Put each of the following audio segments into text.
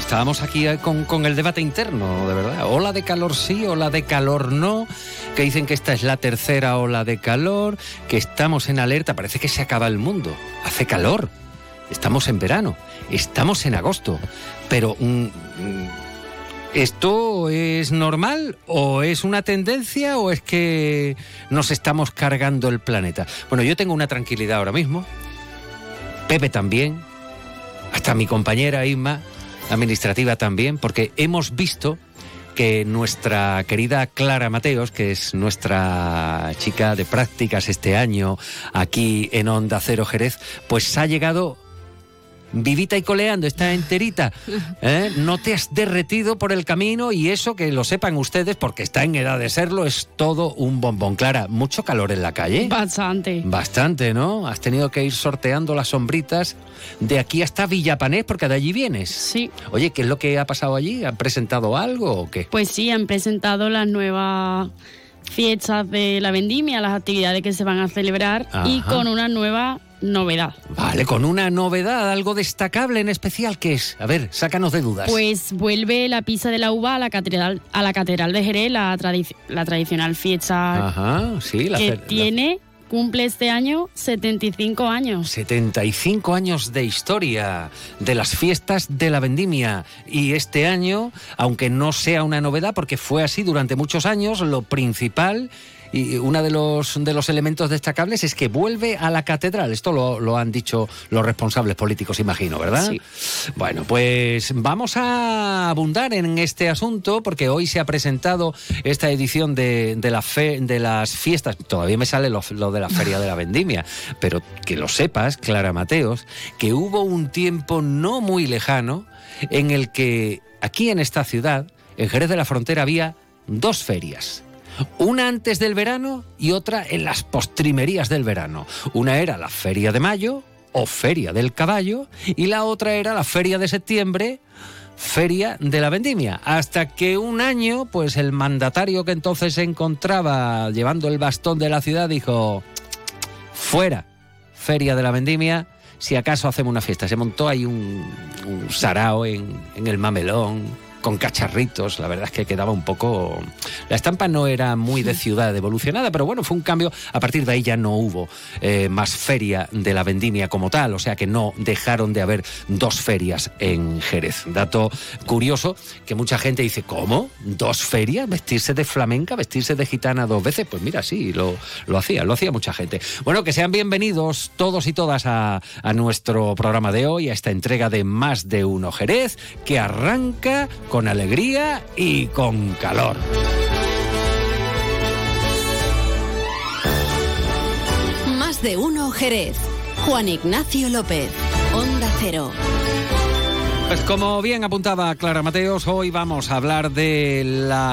estábamos aquí con el debate interno, de verdad. Ola de calor sí, ola de calor no, que dicen que esta es la tercera ola de calor, que estamos en alerta, parece que se acaba el mundo. Hace calor, estamos en verano, estamos en agosto, pero ¿esto es normal o es una tendencia o es que nos estamos cargando el planeta? Bueno, yo tengo una tranquilidad ahora mismo, Pepe también, hasta mi compañera Isma, administrativa también, porque hemos visto que nuestra querida Clara Mateos, que es nuestra chica de prácticas este año aquí en Onda Cero Jerez, pues ha llegado vivita y coleando, está enterita, no te has derretido por el camino, y eso, que lo sepan ustedes, porque está en edad de serlo, es todo un bombón. Clara, ¿mucho calor en la calle? Bastante, ¿no? Has tenido que ir sorteando las sombritas de aquí hasta Villapanés, porque de allí vienes. Sí. Oye, ¿qué es lo que ha pasado allí? ¿Han presentado algo o qué? Pues sí, han presentado las nuevas fiestas de la vendimia, las actividades que se van a celebrar. Ajá. Y con una nueva novedad. Vale, con una novedad, algo destacable en especial, ¿qué es? A ver, sácanos de dudas. Pues vuelve la pizza de la uva a la catedral de Jerez, la tradicional fiesta. Ajá, sí, cumple este año 75 años. 75 años de historia de las fiestas de la vendimia. Y este año, aunque no sea una novedad, porque fue así durante muchos años, lo principal y uno de los elementos destacables es que vuelve a la catedral. Esto lo han dicho los responsables políticos, imagino, ¿verdad? Sí. Bueno, pues vamos a abundar en este asunto, porque hoy se ha presentado esta edición de las fiestas. Todavía me sale lo de la Feria de la Vendimia, pero que lo sepas, Clara Mateos, que hubo un tiempo no muy lejano en el que aquí en esta ciudad, en Jerez de la Frontera, había dos ferias. Una antes del verano y otra en las postrimerías del verano. Una era la Feria de Mayo o Feria del Caballo, y la otra era la Feria de Septiembre, Feria de la Vendimia. Hasta que un año, pues el mandatario que entonces se encontraba llevando el bastón de la ciudad dijo: fuera, Feria de la Vendimia, si acaso hacemos una fiesta. Se montó ahí un sarao en el Mamelón, con cacharritos. La verdad es que quedaba un poco... La estampa no era muy de ciudad evolucionada, pero bueno, fue un cambio. A partir de ahí ya no hubo más Feria de la Vendimia como tal, o sea que no dejaron de haber dos ferias en Jerez. Dato curioso, que mucha gente dice: ¿cómo? ¿Dos ferias? ¿Vestirse de flamenca? ¿Vestirse de gitana dos veces? Pues mira, sí, lo hacía mucha gente. Bueno, que sean bienvenidos todos y todas a nuestro programa de hoy, a esta entrega de Más de Uno Jerez, que arranca con alegría y con calor. Más de Uno Jerez. Juan Ignacio López, Onda Cero. Pues como bien apuntaba Clara Mateos, hoy vamos a hablar de la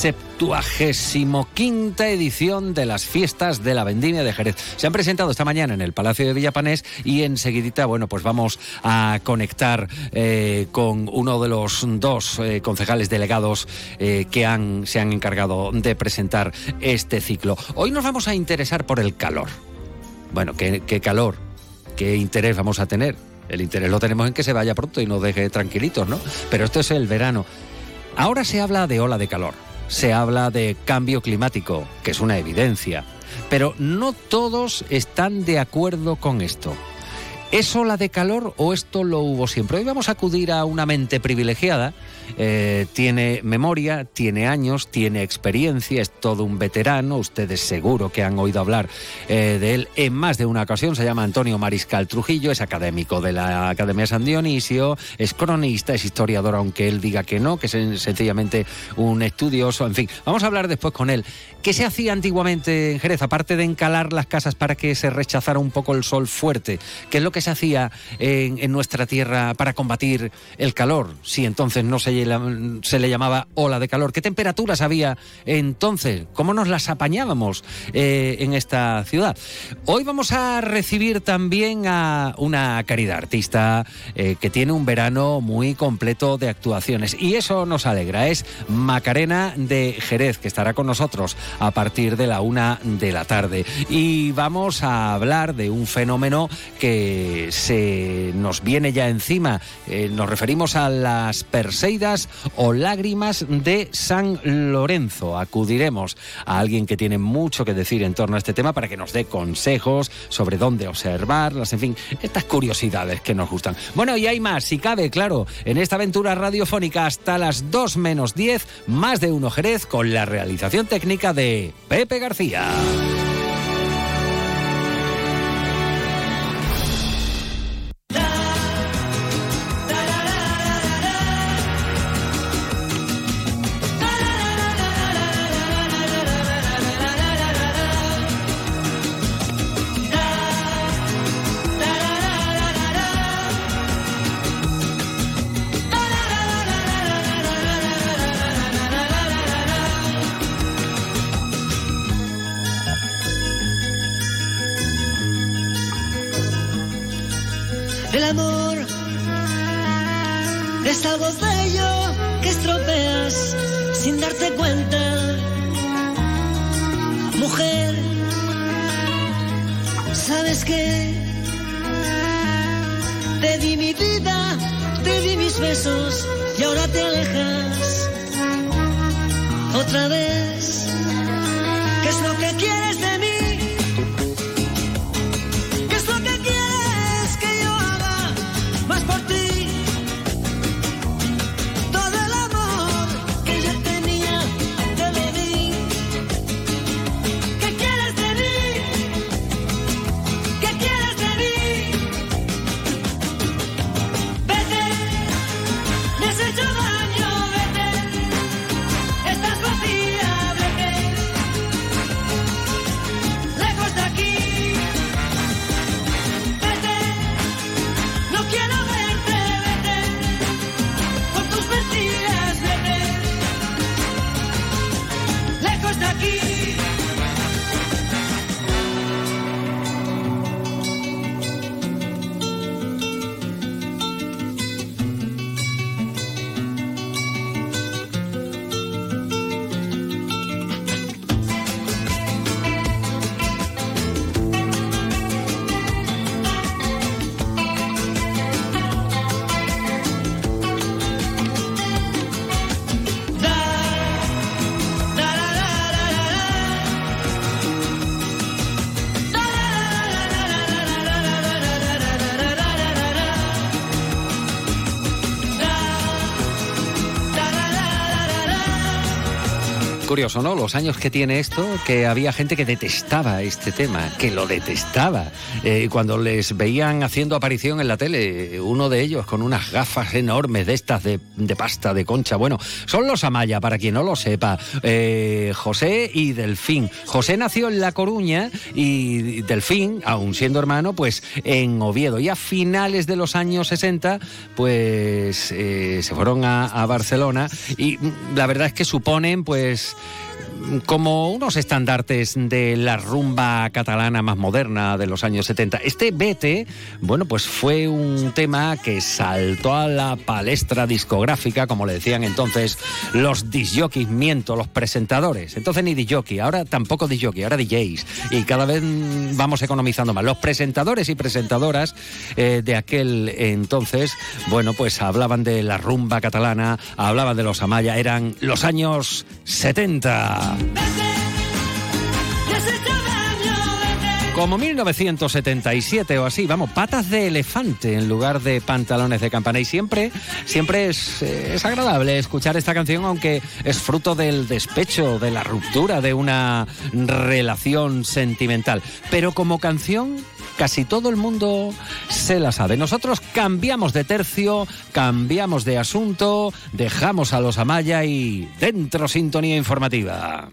75ª edición de las fiestas de la Vendimia de Jerez. Se han presentado esta mañana en el Palacio de Villapanés y enseguidita, bueno, pues vamos a conectar con uno de los dos concejales delegados que se han encargado de presentar este ciclo. Hoy nos vamos a interesar por el calor. Bueno, ¿qué calor? ¿Qué interés vamos a tener? El interés lo tenemos en que se vaya pronto y nos deje tranquilitos, ¿no? Pero esto es el verano. Ahora se habla de ola de calor, se habla de cambio climático, que es una evidencia, pero no todos están de acuerdo con esto. ¿Es ola de calor o esto lo hubo siempre? Hoy vamos a acudir a una mente privilegiada. Tiene memoria, tiene años, tiene experiencia, es todo un veterano. Ustedes seguro que han oído hablar de él en más de una ocasión. Se llama Antonio Mariscal Trujillo, es académico de la Academia San Dionisio, es cronista, es historiador, aunque él diga que no, que es sencillamente un estudioso. En fin, vamos a hablar después con él. ¿Qué se hacía antiguamente en Jerez? Aparte de encalar las casas para que se rechazara un poco el sol fuerte, ¿qué es lo que se hacía en nuestra tierra para combatir el calor? Si entonces no se le llamaba ola de calor. ¿Qué temperaturas había entonces? ¿Cómo nos las apañábamos en esta ciudad? Hoy vamos a recibir también a una querida artista que tiene un verano muy completo de actuaciones, y eso nos alegra. Es Macarena de Jerez, que estará con nosotros a partir de la 1 de la tarde. Y vamos a hablar de un fenómeno que se nos viene ya encima. Nos referimos a las Perseidas o lágrimas de San Lorenzo. Acudiremos a alguien que tiene mucho que decir en torno a este tema para que nos dé consejos sobre dónde observarlas, en fin, estas curiosidades que nos gustan. Bueno, y hay más, si cabe, claro, en esta aventura radiofónica hasta las 2 menos 10, Más de Uno Jerez, con la realización técnica de Pepe García. El amor es algo bello que estropeas sin darte cuenta. Mujer, ¿sabes qué? Te di mi vida, te di mis besos y ahora te alejas otra vez. ¿Qué es lo que quieres de mí? Curioso, ¿no? Los años que tiene esto, que había gente que detestaba este tema, que lo detestaba. Cuando les veían haciendo aparición en la tele, uno de ellos con unas gafas enormes de estas de pasta, de concha. Bueno, son los Amaya, para quien no lo sepa. José y Delfín. José nació en La Coruña y Delfín, aun siendo hermano, pues en Oviedo. Y a finales de los años 60, pues se fueron a Barcelona y la verdad es que suponen, pues, como unos estandartes de la rumba catalana más moderna de los años 70. Este Vete, bueno, pues fue un tema que saltó a la palestra discográfica, como le decían entonces los disjockeys, los presentadores. Entonces ni disjockey, ahora tampoco disjockey, ahora DJs. Y cada vez vamos economizando más. Los presentadores y presentadoras de aquel entonces, bueno, pues hablaban de la rumba catalana, hablaban de los Amaya, eran los años 70. Como 1977 o así, vamos, patas de elefante en lugar de pantalones de campana. Y siempre es agradable escuchar esta canción, aunque es fruto del despecho, de la ruptura de una relación sentimental. Pero como canción, casi todo el mundo se la sabe. Nosotros cambiamos de tercio, cambiamos de asunto, dejamos a los Amaya y dentro sintonía informativa.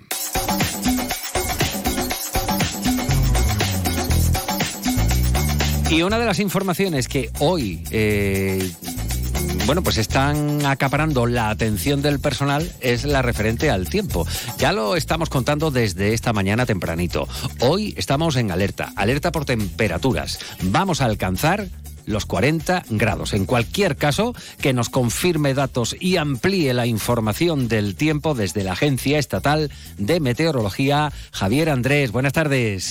Y una de las informaciones que hoy bueno, pues están acaparando la atención del personal es la referente al tiempo. Ya lo estamos contando desde esta mañana tempranito. Hoy estamos en alerta por temperaturas. Vamos a alcanzar los 40 grados. En cualquier caso, que nos confirme datos y amplíe la información del tiempo desde la Agencia Estatal de Meteorología, Javier Andrés. Buenas tardes.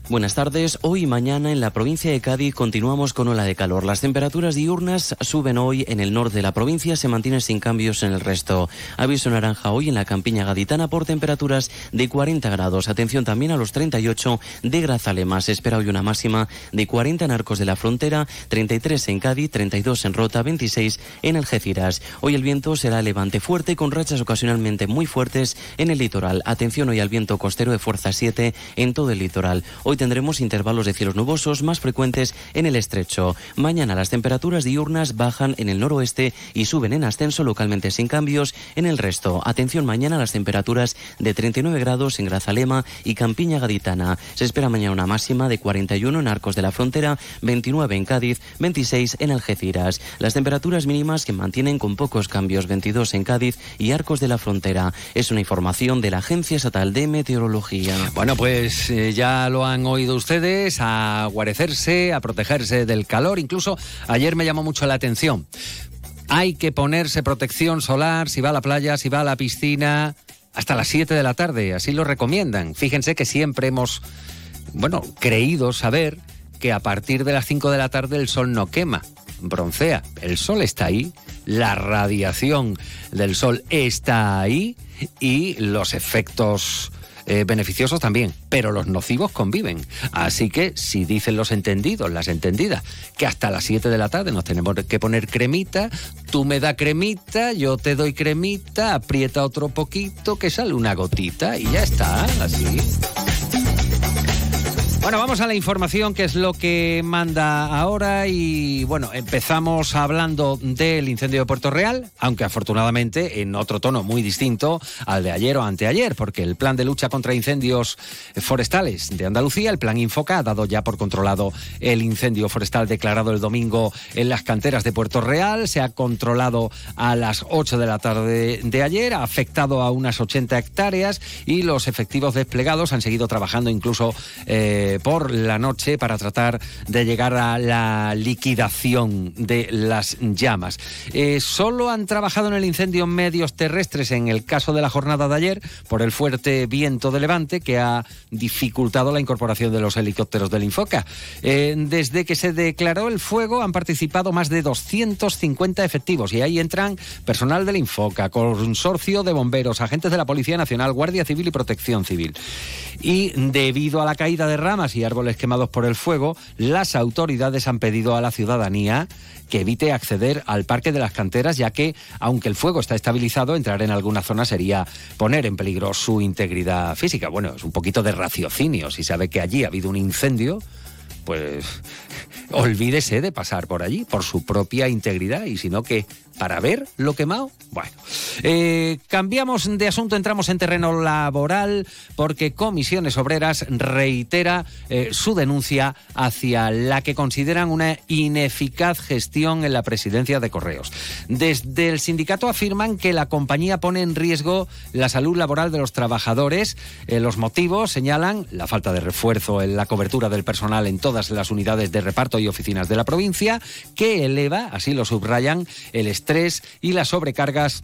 Buenas tardes. Hoy y mañana en la provincia de Cádiz continuamos con ola de calor. Las temperaturas diurnas suben hoy en el norte de la provincia, se mantienen sin cambios en el resto. Aviso naranja hoy en la campiña gaditana por temperaturas de 40 grados. Atención también a los 38 de Grazalema. Se espera hoy una máxima de 40 en Arcos de la Frontera, 33 en Cádiz, 32 en Rota, 26 en Algeciras. Hoy el viento será levante fuerte con rachas ocasionalmente muy fuertes en el litoral. Atención hoy al viento costero de fuerza 7 en todo el litoral. Hoy tendremos intervalos de cielos nubosos más frecuentes en el estrecho. Mañana las temperaturas diurnas bajan en el noroeste y suben en ascenso localmente sin cambios en el resto. Atención mañana las temperaturas de 39 grados en Grazalema y Campiña Gaditana. Se espera mañana una máxima de 41 en Arcos de la Frontera, 29 en Cádiz, 26 en Algeciras. Las temperaturas mínimas que mantienen con pocos cambios, 22 en Cádiz y Arcos de la Frontera. Es una información de la Agencia Estatal de Meteorología. Bueno, pues ya lo han oído ustedes, a guarecerse, a protegerse del calor. Incluso ayer me llamó mucho la atención. Hay que ponerse protección solar si va a la playa, si va a la piscina, hasta las 7 de la tarde, así lo recomiendan. Fíjense que siempre hemos, creído saber que a partir de las 5 de la tarde el sol no quema, broncea. El sol está ahí, la radiación del sol está ahí y los efectos beneficiosos también, pero los nocivos conviven. Así que si dicen los entendidos, las entendidas, que hasta las 7 de la tarde nos tenemos que poner cremita, tú me das cremita, yo te doy cremita, aprieta otro poquito que sale una gotita y ya está, así. Bueno, vamos a la información, que es lo que manda ahora, y empezamos hablando del incendio de Puerto Real, aunque afortunadamente en otro tono muy distinto al de ayer o anteayer, porque el plan de lucha contra incendios forestales de Andalucía, el plan Infoca, ha dado ya por controlado el incendio forestal declarado el domingo en las canteras de Puerto Real. Se ha controlado a las 8 de la tarde de ayer, ha afectado a unas 80 hectáreas y los efectivos desplegados han seguido trabajando incluso por la noche para tratar de llegar a la liquidación de las llamas. Solo han trabajado en el incendio medios terrestres en el caso de la jornada de ayer por el fuerte viento de levante que ha dificultado la incorporación de los helicópteros del Infoca. Desde que se declaró el fuego han participado más de 250 efectivos y ahí entran personal del Infoca, consorcio de bomberos, agentes de la Policía Nacional, Guardia Civil y Protección Civil. Y debido a la caída de ramas y árboles quemados por el fuego, las autoridades han pedido a la ciudadanía que evite acceder al Parque de las Canteras, ya que, aunque el fuego está estabilizado, entrar en alguna zona sería poner en peligro su integridad física. Bueno, es un poquito de raciocinio. Si sabe que allí ha habido un incendio, pues olvídese de pasar por allí, por su propia integridad, y si no, ¿qué? ¿Para ver lo quemado? Bueno, cambiamos de asunto, entramos en terreno laboral, porque Comisiones Obreras reitera su denuncia hacia la que consideran una ineficaz gestión en la presidencia de Correos. Desde el sindicato afirman que la compañía pone en riesgo la salud laboral de los trabajadores. Los motivos señalan la falta de refuerzo en la cobertura del personal en todas las unidades de reparto y oficinas de la provincia, que eleva, así lo subrayan, el estrés y las sobrecargas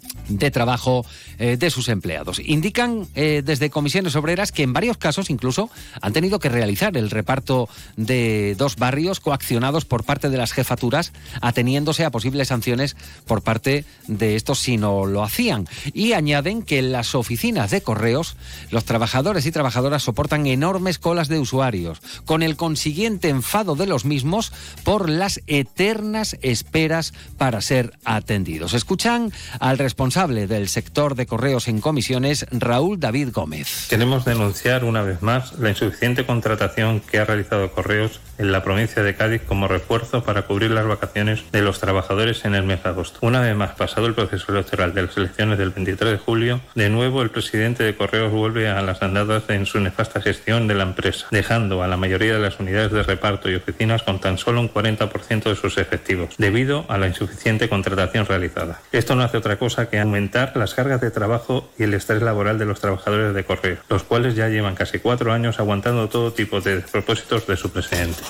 de trabajo de sus empleados. Indican desde Comisiones Obreras que en varios casos incluso han tenido que realizar el reparto de 2 barrios coaccionados por parte de las jefaturas, ateniéndose a posibles sanciones por parte de estos si no lo hacían. Y añaden que en las oficinas de Correos los trabajadores y trabajadoras soportan enormes colas de usuarios, con el consiguiente enfado de los mismos por las eternas esperas para ser atendidos. Escuchan al responsable del sector de Correos en Comisiones, Raúl David Gómez. Queremos denunciar una vez más la insuficiente contratación que ha realizado Correos en la provincia de Cádiz como refuerzo para cubrir las vacaciones de los trabajadores en el mes de agosto. Una vez más, pasado el proceso electoral de las elecciones del 23 de julio, de nuevo el presidente de Correos vuelve a las andadas en su nefasta gestión de la empresa, dejando a la mayoría de las unidades de reparto y oficinas con tan solo un 40% de sus efectivos, debido a la insuficiente contratación realizada. Esto no hace otra cosa que aumentar las cargas de trabajo y el estrés laboral de los trabajadores de Correos, los cuales ya llevan casi 4 años aguantando todo tipo de despropósitos de su presidente.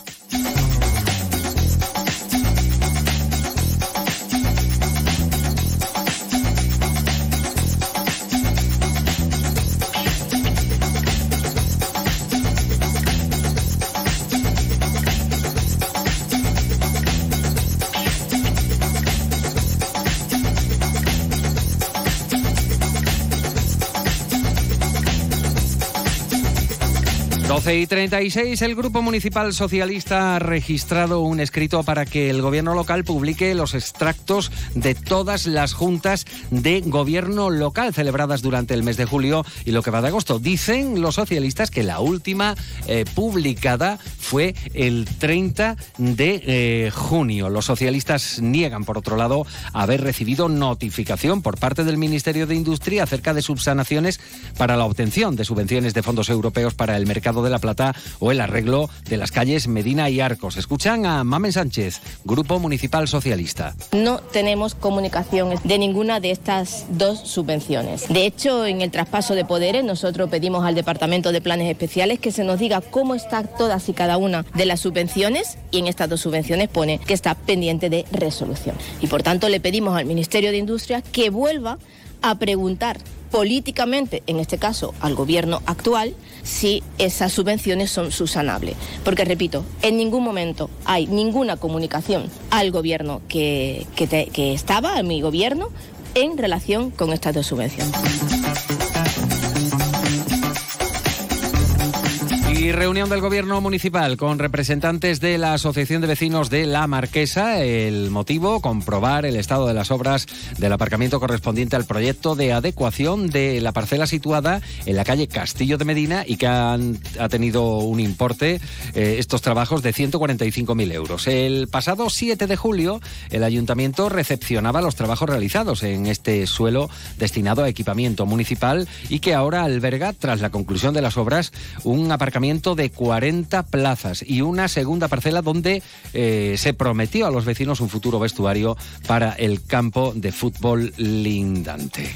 12:36, el Grupo Municipal Socialista ha registrado un escrito para que el gobierno local publique los extractos de todas las juntas de gobierno local celebradas durante el mes de julio y lo que va de agosto. Dicen los socialistas que la última publicada fue el 30 de junio. Los socialistas niegan, por otro lado, haber recibido notificación por parte del Ministerio de Industria acerca de subsanaciones para la obtención de subvenciones de fondos europeos para el mercado de La Plata o el arreglo de las calles Medina y Arcos. Escuchan a Mamen Sánchez, Grupo Municipal Socialista. No tenemos comunicación de ninguna de estas dos subvenciones. De hecho, en el traspaso de poderes nosotros pedimos al Departamento de Planes Especiales que se nos diga cómo están todas y cada una de las subvenciones, y en estas dos subvenciones pone que está pendiente de resolución. Y por tanto le pedimos al Ministerio de Industria que vuelva a preguntar políticamente, en este caso al gobierno actual, si esas subvenciones son subsanables. Porque, repito, en ningún momento hay ninguna comunicación al gobierno que estaba, a mi gobierno, en relación con estas dos subvenciones. Y reunión del Gobierno Municipal con representantes de la Asociación de Vecinos de La Marquesa. El motivo, comprobar el estado de las obras del aparcamiento correspondiente al proyecto de adecuación de la parcela situada en la calle Castillo de Medina y que ha tenido un importe, estos trabajos, de 145.000 euros. El pasado 7 de julio, el Ayuntamiento recepcionaba los trabajos realizados en este suelo destinado a equipamiento municipal y que ahora alberga, tras la conclusión de las obras, un aparcamiento de 40 plazas y una segunda parcela donde se prometió a los vecinos un futuro vestuario para el campo de fútbol lindante.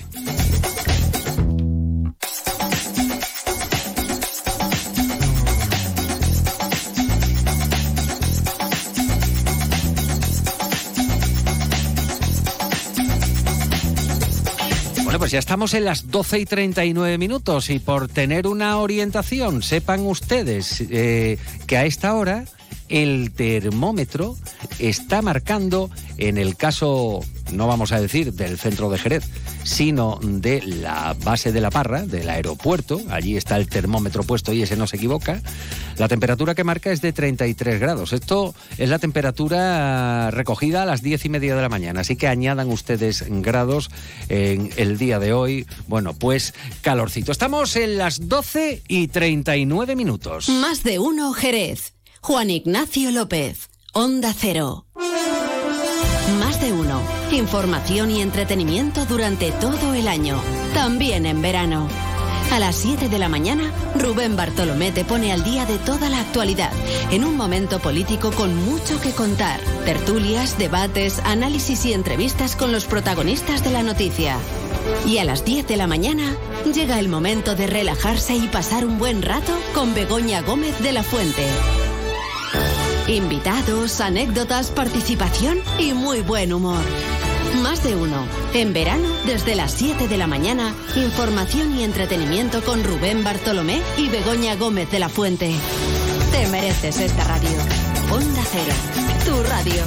Bueno, pues ya estamos en las 12:39 y por tener una orientación, sepan ustedes que a esta hora el termómetro está marcando, en el caso, no vamos a decir del centro de Jerez, sino de la base de La Parra, del aeropuerto, allí está el termómetro puesto y ese no se equivoca, la temperatura que marca es de 33 grados. Esto es la temperatura recogida a las 10:30 de la mañana, así que añadan ustedes grados en el día de hoy. Bueno, pues calorcito. Estamos en las 12:39. Más de uno Jerez. Juan Ignacio López, Onda Cero. Más de uno. Información y entretenimiento durante todo el año, también en verano. A las 7 de la mañana, Rubén Bartolomé te pone al día de toda la actualidad, en un momento político con mucho que contar. Tertulias, debates, análisis y entrevistas con los protagonistas de la noticia. Y a las 10 de la mañana, llega el momento de relajarse y pasar un buen rato con Begoña Gómez de la Fuente. Invitados, anécdotas, participación y muy buen humor. Más de uno. En verano, desde las 7 de la mañana, información y entretenimiento con Rubén Bartolomé y Begoña Gómez de la Fuente. Te mereces esta radio. Onda Cero, tu radio.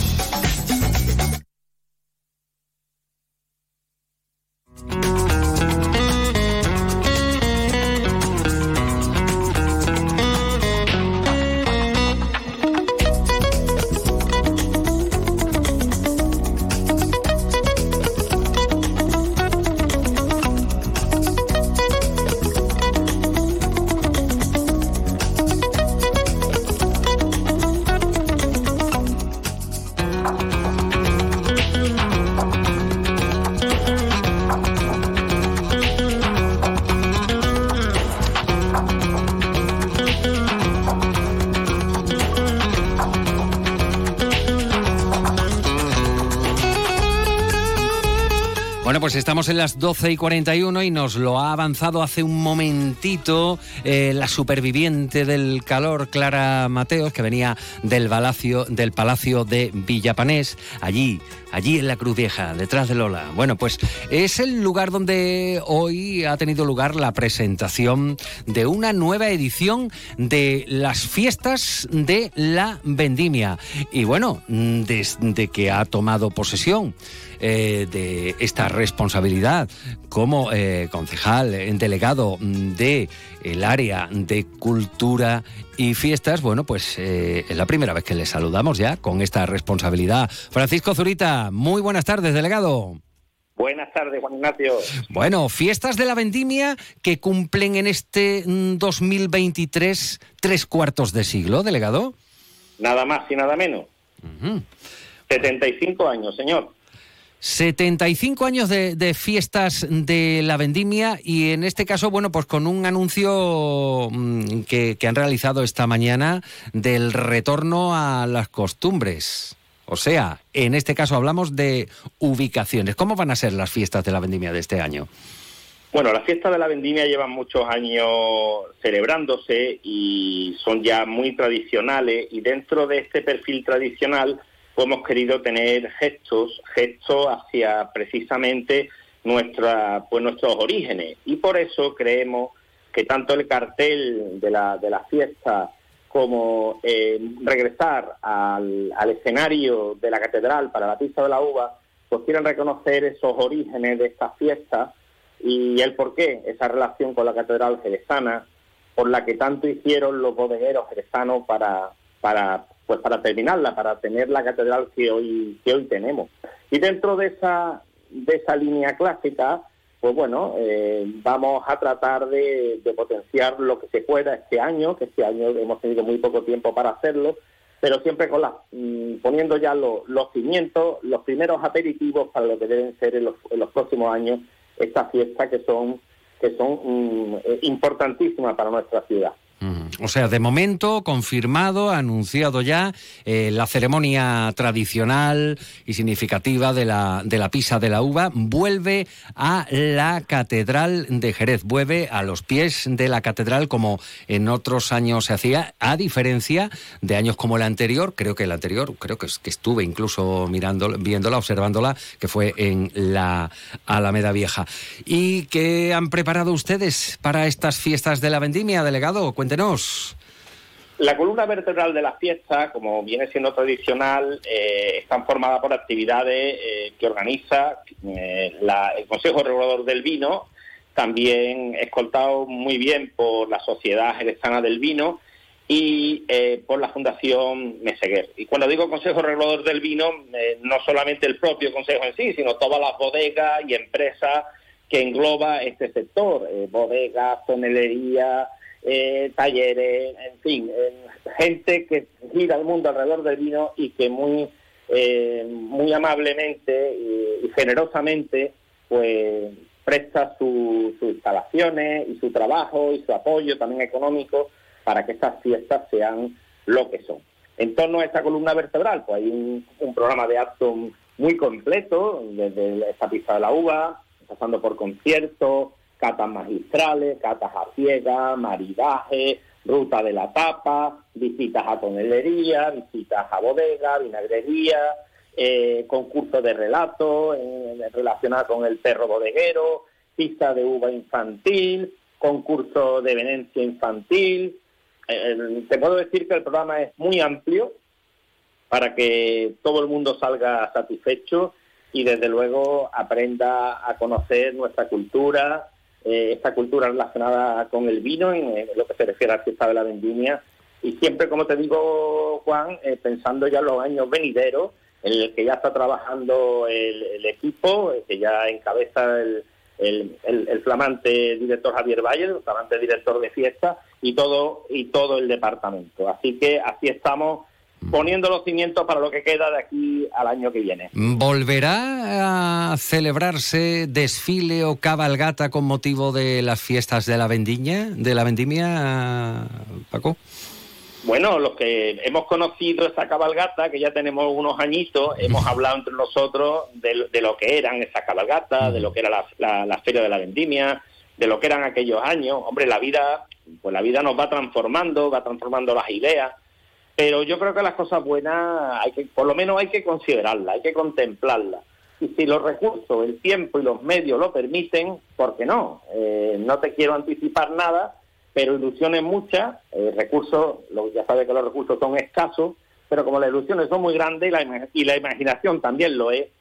Bueno, pues estamos en las 12:41 y nos lo ha avanzado hace un momentito la superviviente del calor, Clara Mateos, que venía del Palacio de Villapanés, allí en la Cruz Vieja, detrás de Lola. Bueno, pues es el lugar donde hoy ha tenido lugar la presentación de una nueva edición de las fiestas de la Vendimia. Y bueno, desde que ha tomado posesión de esta responsabilidad como concejal, delegado de el área de cultura y fiestas, bueno, pues es la primera vez que le saludamos ya con esta responsabilidad. Francisco Zurita, muy buenas tardes, delegado. Buenas tardes, Juan Ignacio. Bueno, fiestas de la Vendimia que cumplen en este 2023 3/4 de siglo, delegado. Nada más y nada menos. 75 años, señor. 75 años de fiestas de la Vendimia y en este caso, bueno, pues con un anuncio que han realizado esta mañana del retorno a las costumbres. O sea, en este caso hablamos de ubicaciones. ¿Cómo van a ser las fiestas de la Vendimia de este año? Bueno, las fiestas de la Vendimia llevan muchos años celebrándose y son ya muy tradicionales, y dentro de este perfil tradicional pues hemos querido tener gestos hacia precisamente nuestros orígenes, y por eso creemos que tanto el cartel de la fiesta como regresar al escenario de la catedral para la pista de la uva, pues quieren reconocer esos orígenes de estas fiestas y el porqué, esa relación con la catedral jerezana, por la que tanto hicieron los bodegueros jerezanos para terminarla, para tener la catedral que hoy tenemos. Y dentro de esa línea clásica, pues bueno, vamos a tratar de potenciar lo que se pueda este año, que este año hemos tenido muy poco tiempo para hacerlo, pero siempre poniendo ya los cimientos, los primeros aperitivos para lo que deben ser en los próximos años estas fiestas que son importantísimas para nuestra ciudad. O sea, de momento, confirmado, anunciado ya, la ceremonia tradicional y significativa de la pisa de la uva vuelve a la Catedral de Jerez, vuelve a los pies de la catedral como en otros años se hacía, a diferencia de años como el anterior, creo que estuve incluso viéndola, observándola, que fue en la Alameda Vieja. ¿Y qué han preparado ustedes para estas fiestas de la Vendimia, delegado? Cuéntenos. La columna vertebral de las fiestas, como viene siendo tradicional, están formadas por actividades que organiza el Consejo Regulador del Vino, también escoltado muy bien por la Sociedad Jerezana del Vino y por la Fundación Meseguer. Y cuando digo Consejo Regulador del Vino, no solamente el propio Consejo en sí, sino todas las bodegas y empresas que engloba este sector, bodegas, tonelería, talleres, en fin, gente que gira el mundo alrededor del vino y que muy amablemente y generosamente pues presta sus instalaciones y su trabajo y su apoyo también económico para que estas fiestas sean lo que son. En torno a esta columna vertebral pues hay un programa de actos muy completo, desde esta pista de la uva, pasando por conciertos, catas magistrales, catas a ciegas, maridaje, ruta de la tapa, visitas a tonelería, visitas a bodega, vinagrería, concurso de relatos relacionado con el perro bodeguero, pista de uva infantil, concurso de venencia infantil. Te puedo decir que el programa es muy amplio para que todo el mundo salga satisfecho y desde luego aprenda a conocer nuestra cultura, esta cultura relacionada con el vino en lo que se refiere a la fiesta de la Vendimia, y siempre, como te digo, Juan, pensando ya en los años venideros, en el que ya está trabajando el equipo, que ya encabeza el flamante director Javier Valle, el flamante director de fiesta, y todo el departamento. Así que así estamos poniendo los cimientos para lo que queda de aquí al año que viene. ¿Volverá a celebrarse desfile o cabalgata con motivo de las fiestas de la Vendimia, Paco? Bueno, los que hemos conocido esa cabalgata, que ya tenemos unos añitos, hemos hablado entre nosotros de lo que eran esas cabalgatas, de lo que era la Feria de la Vendimia, de lo que eran aquellos años. Hombre, la vida nos va transformando las ideas, pero yo creo que las cosas buenas por lo menos hay que considerarlas, hay que contemplarlas. Y si los recursos, el tiempo y los medios lo permiten, ¿por qué no? No te quiero anticipar nada, pero ilusiones muchas, recursos, ya sabes que los recursos son escasos, pero como las ilusiones son muy grandes y la imaginación también lo es,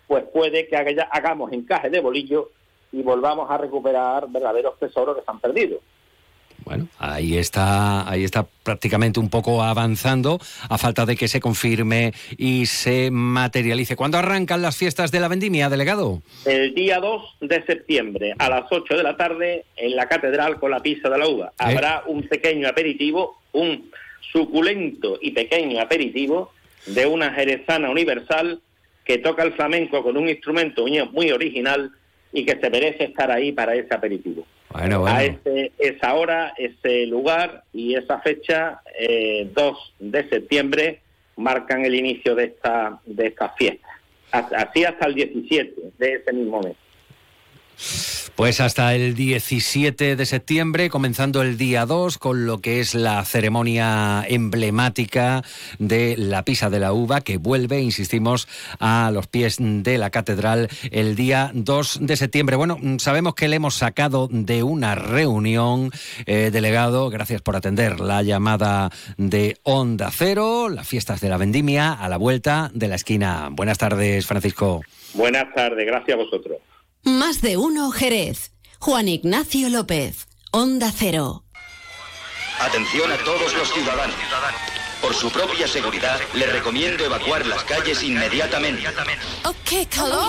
pues puede que hagamos encaje de bolillo y volvamos a recuperar verdaderos tesoros que se han perdido. Bueno, ahí está prácticamente un poco avanzando, a falta de que se confirme y se materialice. ¿Cuándo arrancan las fiestas de la vendimia, delegado? El día 2 de septiembre, a las 8 de la tarde, en la Catedral con la Pisa de la Uva. Habrá un pequeño aperitivo, un suculento y pequeño aperitivo de una jerezana universal que toca el flamenco con un instrumento muy original y que se merece estar ahí para ese aperitivo. Bueno. A esa hora, ese lugar y esa fecha, 2 de septiembre, marcan el inicio de estas fiestas. Así hasta el 17 de ese mismo mes. Pues hasta el 17 de septiembre, comenzando el día 2, con lo que es la ceremonia emblemática de la Pisa de la Uva, que vuelve, insistimos, a los pies de la catedral el día 2 de septiembre. Bueno, sabemos que le hemos sacado de una reunión, delegado, gracias por atender la llamada de Onda Cero, las fiestas de la vendimia a la vuelta de la esquina. Buenas tardes, Francisco. Buenas tardes, gracias a vosotros. Más de uno Jerez. Juan Ignacio López, Onda Cero. Atención a todos los ciudadanos. Por su propia seguridad, le recomiendo evacuar las calles inmediatamente. ¡Oh, qué calor!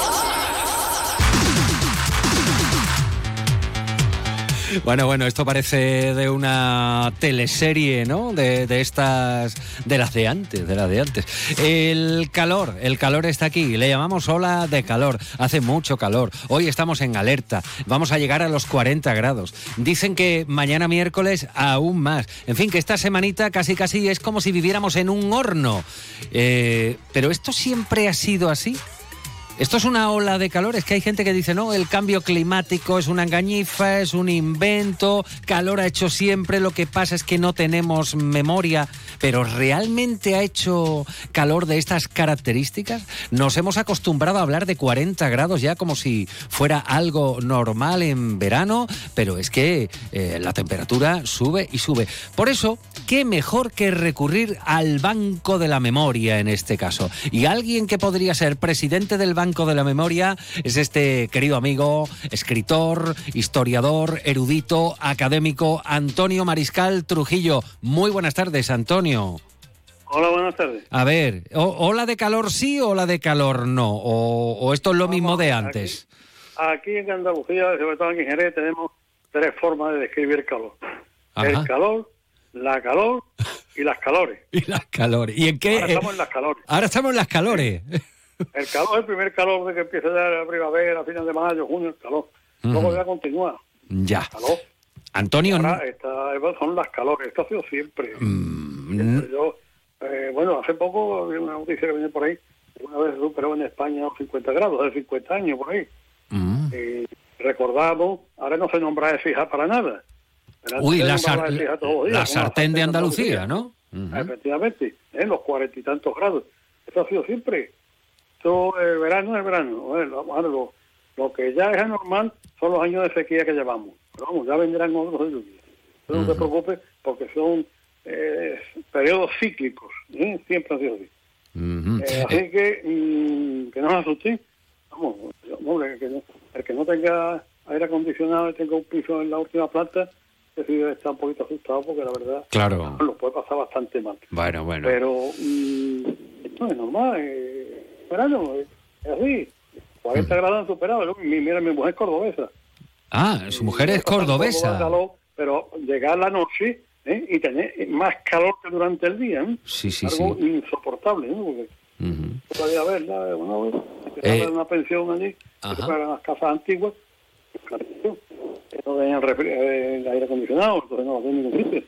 Bueno, esto parece de una teleserie, ¿no? De estas, de las de antes. El calor está aquí, le llamamos ola de calor, hace mucho calor, hoy estamos en alerta, vamos a llegar a los 40 grados, dicen que mañana miércoles aún más, en fin, que esta semanita casi es como si viviéramos en un horno, pero ¿esto siempre ha sido así? ¿Esto es una ola de calor? Es que hay gente que dice, no, el cambio climático es una engañifa, es un invento, calor ha hecho siempre, lo que pasa es que no tenemos memoria, pero ¿realmente ha hecho calor de estas características? Nos hemos acostumbrado a hablar de 40 grados ya como si fuera algo normal en verano, pero es que la temperatura sube y sube. Por eso, ¿qué mejor que recurrir al Banco de la Memoria en este caso? Y alguien que podría ser presidente del Banco de la Memoria es este querido amigo, escritor, historiador, erudito, académico, Antonio Mariscal Trujillo. Muy buenas tardes, Antonio. Hola, buenas tardes. A ver, ¿ola de calor sí o ola de calor no? ¿O esto es lo mismo de antes? Aquí en Andalucía, sobre todo aquí en Jerez, tenemos 3 formas de describir calor. Ajá. El calor, la calor y las calores. Y las calores. ¿Y en qué? Ahora estamos en las calores. Ahora estamos en las calores. El calor, el primer calor de que empieza ya la primavera, a finales de mayo, junio, el calor. Luego ya continúa. Ya. Calor. Antonio. Ahora son las calores, esto ha sido siempre. Yo, bueno, hace poco vi una noticia que viene por ahí, una vez superó en España los 50 grados, hace 50 años por ahí. Recordamos, ahora no se nombra de fija para nada. Uy, la sartén de Andalucía, ¿no? Efectivamente, en los 40 y tantos grados. Esto ha sido siempre. Esto, el verano es verano. Bueno, lo que ya es anormal son los años de sequía que llevamos. Pero vamos, ya vendrán otros de lluvia. No te preocupes porque son periodos cíclicos. Siempre ha sido así. Así que no se asusten. Vamos, hombre, el que no tenga aire acondicionado y tenga un piso en la última planta, que sí está un poquito asustado porque la verdad claro, lo puede pasar bastante mal. Bueno. Pero no es normal. Verano, es así. 40 grados han superado. Mira, mi mujer es cordobesa. Ah, su mujer es cordobesa. Calor, pero llegar la noche y tener más calor que durante el día. Sí. Algo insoportable, ¿no? Porque todavía haber una pensión allí, que pagan las casas antiguas, que no tenían el aire acondicionado, entonces no hacen ningún sitio.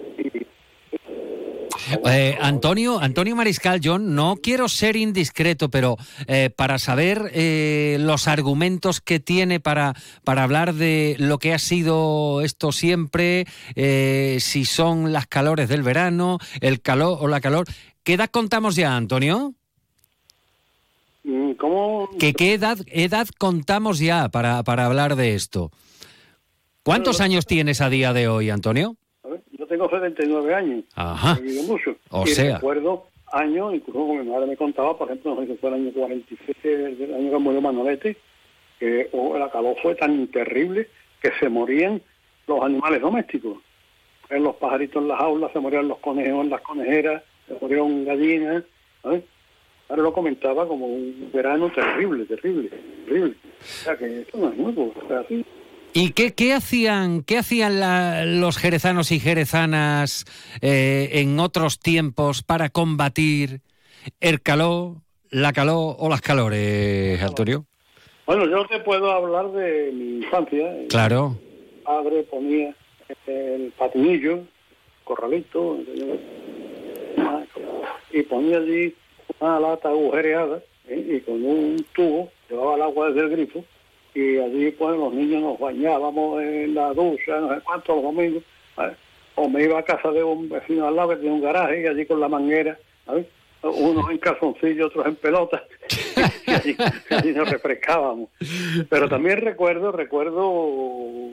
Antonio Mariscal, yo no quiero ser indiscreto, pero para saber los argumentos que tiene para hablar de lo que ha sido esto siempre, si son las calores del verano, el calor o la calor, ¿qué edad contamos ya, Antonio? ¿Cómo? ¿Qué edad contamos ya para hablar de esto? ¿Cuántos años tienes a día de hoy, Antonio? Yo tengo 79 años. Ajá. He vivido mucho. O y sea. recuerdo años, incluso como mi madre me contaba, por ejemplo, no sé si fue el año 47, el año que murió Manolete, que la calor fue tan terrible que se morían los animales domésticos. Los pajaritos en las jaulas, se morían los conejos en las conejeras, se murieron gallinas, ¿sabes? Ahora lo comentaba como un verano terrible. O sea, que esto no es nuevo, o sea, así. ¿Y qué hacían los jerezanos y jerezanas en otros tiempos para combatir el calor, la calor o las calores, Antonio? Bueno, yo te puedo hablar de mi infancia. Claro. Mi padre ponía el patinillo, corralito, y ponía allí una lata agujereada, y con un tubo llevaba el agua desde el grifo, y allí pues los niños nos bañábamos en la ducha, no sé cuánto, los domingos, ¿sabes? O me iba a casa de un vecino al lado que tenía un garaje, y allí con la manguera, ¿sabes? Unos en calzoncillo, otros en pelotas, y allí nos refrescábamos. Pero también recuerdo, o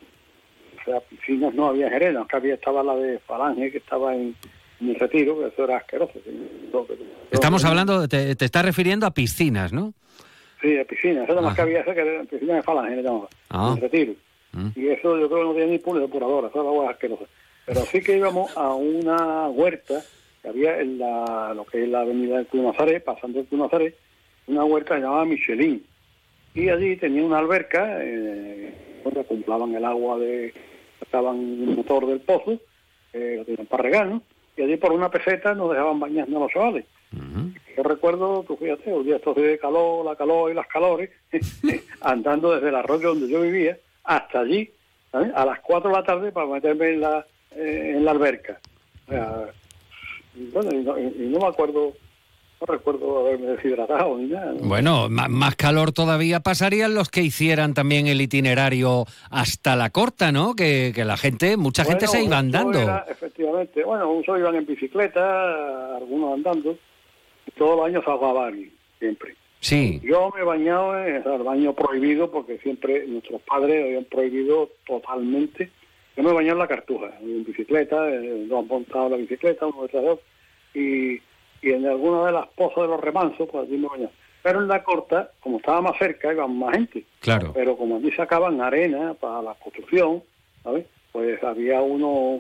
sea, piscinas no había en Jerez, no, que estaba la de Falange, que estaba en el Retiro, que eso era asqueroso. Estamos hablando, te estás refiriendo a piscinas, ¿no? Sí, a piscinas, eso nada más que había, esa que era piscina de Falange, le llamaba, en el Retiro. Y eso yo creo que no tenía ni depuradora, eso era agua asquerosa. Pero sí que íbamos a una huerta que había en lo que es la avenida del Club Nazaret, pasando el Club Nazaret, una huerta que se llamaba Michelin. Y allí tenía una alberca, donde compraban el agua sacaban un motor del pozo, lo tenían para regar, ¿no? Y allí por una peseta nos dejaban bañando a los chavales. Yo recuerdo, tú fíjate, un día estos días de calor, la calor y las calores, andando desde el arroyo donde yo vivía hasta allí, ¿sabes? A las 4 de la tarde para meterme en la alberca. O sea, bueno, y no me acuerdo, no recuerdo haberme deshidratado ni nada, ¿no? Bueno, más calor todavía pasarían los que hicieran también el itinerario hasta la Corta, ¿no? Que mucha gente se iba andando. Efectivamente, bueno, muchos iban en bicicleta, algunos andando, y todos los años se ahogaban, siempre. Sí. Yo me he bañado en el baño prohibido, porque siempre nuestros padres habían prohibido totalmente. Yo me he bañado en la Cartuja, en bicicleta, dos han montado la bicicleta, uno detrás de otro, y en alguna de las pozas de los remansos, pues allí me bañaba. Pero en la Corta, como estaba más cerca, iban más gente. Claro. Pero como allí sacaban arena para la construcción, ¿sabes? Pues había unos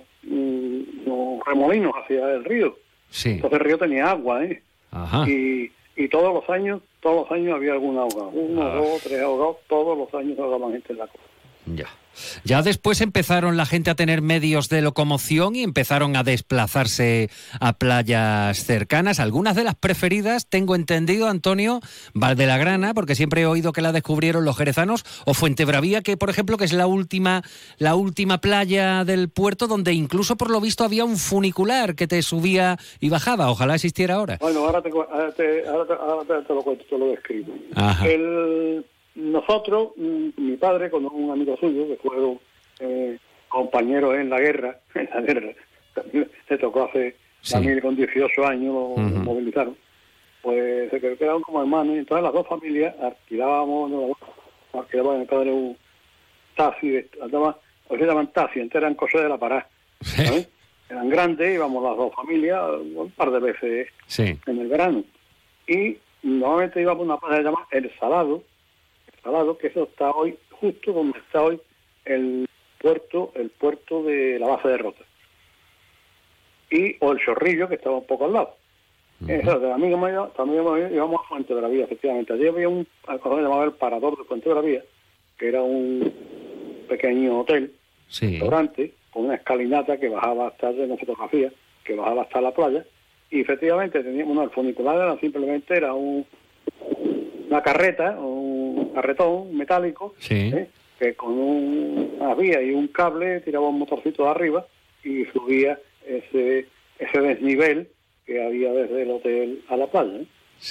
remolinos hacia el río. Sí. Entonces el río tenía agua, ¿eh? Ajá. Y todos los años había algún ahogado. 1, 2, 3 ahogados, todos los años ahogaban gente en la Corta. Ya después empezaron la gente a tener medios de locomoción y empezaron a desplazarse a playas cercanas. Algunas de las preferidas, tengo entendido, Antonio, Valdelagrana, porque siempre he oído que la descubrieron los jerezanos, o Fuentebravía, que por ejemplo que es la última playa del puerto, donde incluso por lo visto había un funicular que te subía y bajaba. Ojalá existiera ahora. Bueno, ahora te lo cuento, te lo describo. Ajá. Nosotros, mi padre con un amigo suyo, que fueron compañeros en la guerra, también le tocó hace también con 18 años, lo movilizaron, pues se quedaron como hermanos, y entonces las dos familias alquilaban mi padre un taxi, hoy se llaman taxi, antes eran cosas de la parada, ¿sabes? Eran grandes, íbamos las dos familias un par de veces en el verano, y normalmente íbamos a una playa llamada El Salado, que eso está hoy, justo donde está hoy el puerto de la base de Rota. O el Chorrillo, que estaba un poco al lado. Eso, de amigo mío, también íbamos a Fuentebravía, efectivamente. Allí había un cosa que llamaba el Parador de Fuentebravía, que era un pequeño hotel, restaurante, con una escalinata que bajaba hasta una fotografía, que bajaba hasta la playa. Y efectivamente teníamos, el funicular era una carreta, un carretón metálico, que con una vía y un cable tiraba un motorcito de arriba y subía ese desnivel que había desde el hotel a la playa.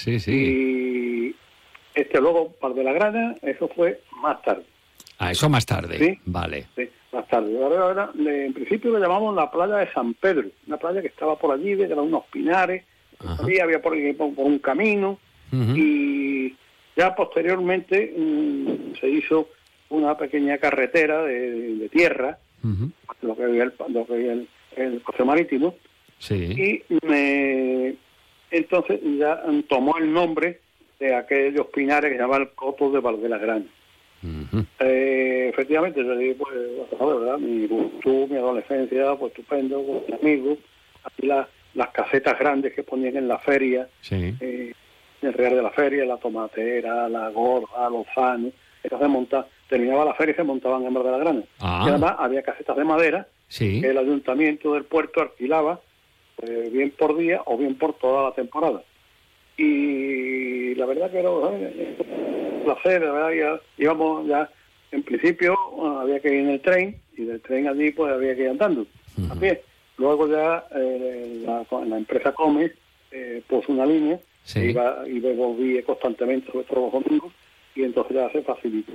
Y luego, Valdelagrana, eso fue más tarde. Eso más tarde. ¿Sí? Vale. Sí, más tarde. Ahora, en principio lo llamamos la playa de San Pedro, una playa que estaba por allí, de unos pinares, había por un camino, y ya posteriormente se hizo una pequeña carretera de tierra, lo que había el paseo marítimo, y entonces ya tomó el nombre de aquellos pinares que se llaman Cotos de Valdegrana. Uh-huh. Efectivamente, yo digo, pues, ¿verdad? Mi juventud, mi adolescencia, pues estupendo, con mis amigos. Aquí las casetas grandes que ponían en la feria, sí. El Real de la Feria, la Tomatera, la Gorda, Lozano, terminaba la feria y se montaban en Valdegrana. Y además había casetas de madera, sí, que el ayuntamiento del puerto alquilaba, bien por día o bien por toda la temporada. Y la verdad que era un placer, la verdad, ya íbamos ya, en principio había que ir en el tren, y del tren allí pues había que ir andando, a pie. Luego ya la empresa Comes puso una línea, sí, y volví constantemente, sobre todo los domingos, y entonces ya se facilitó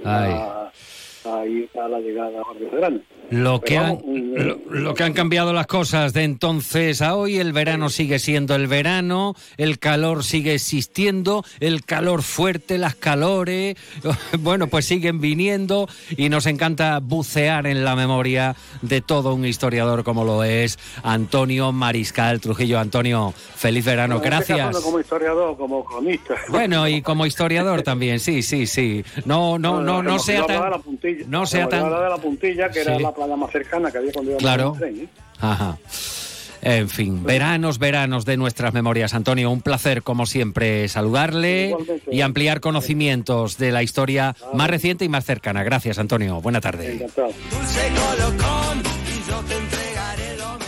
ahí a la llegada a Valdegrana. Lo que han cambiado las cosas de entonces a hoy, el verano sigue siendo el verano, el calor sigue existiendo, el calor fuerte, las calores, bueno, pues siguen viniendo y nos encanta bucear en la memoria de todo un historiador como lo es Antonio Mariscal Trujillo. Antonio, feliz verano, gracias. No como historiador, como cronista. Bueno, y como historiador también, sí. No sea tan... No sea tan... de la Puntilla, que era la playa más cercana que había cuando íbamos en el tren, Ajá. En fin, veranos de nuestras memorias. Antonio, un placer, como siempre, saludarle y ampliar conocimientos de la historia más reciente y más cercana. Gracias, Antonio. Buena tarde. Encantado. Dulce colocón, y yo te entregaré lo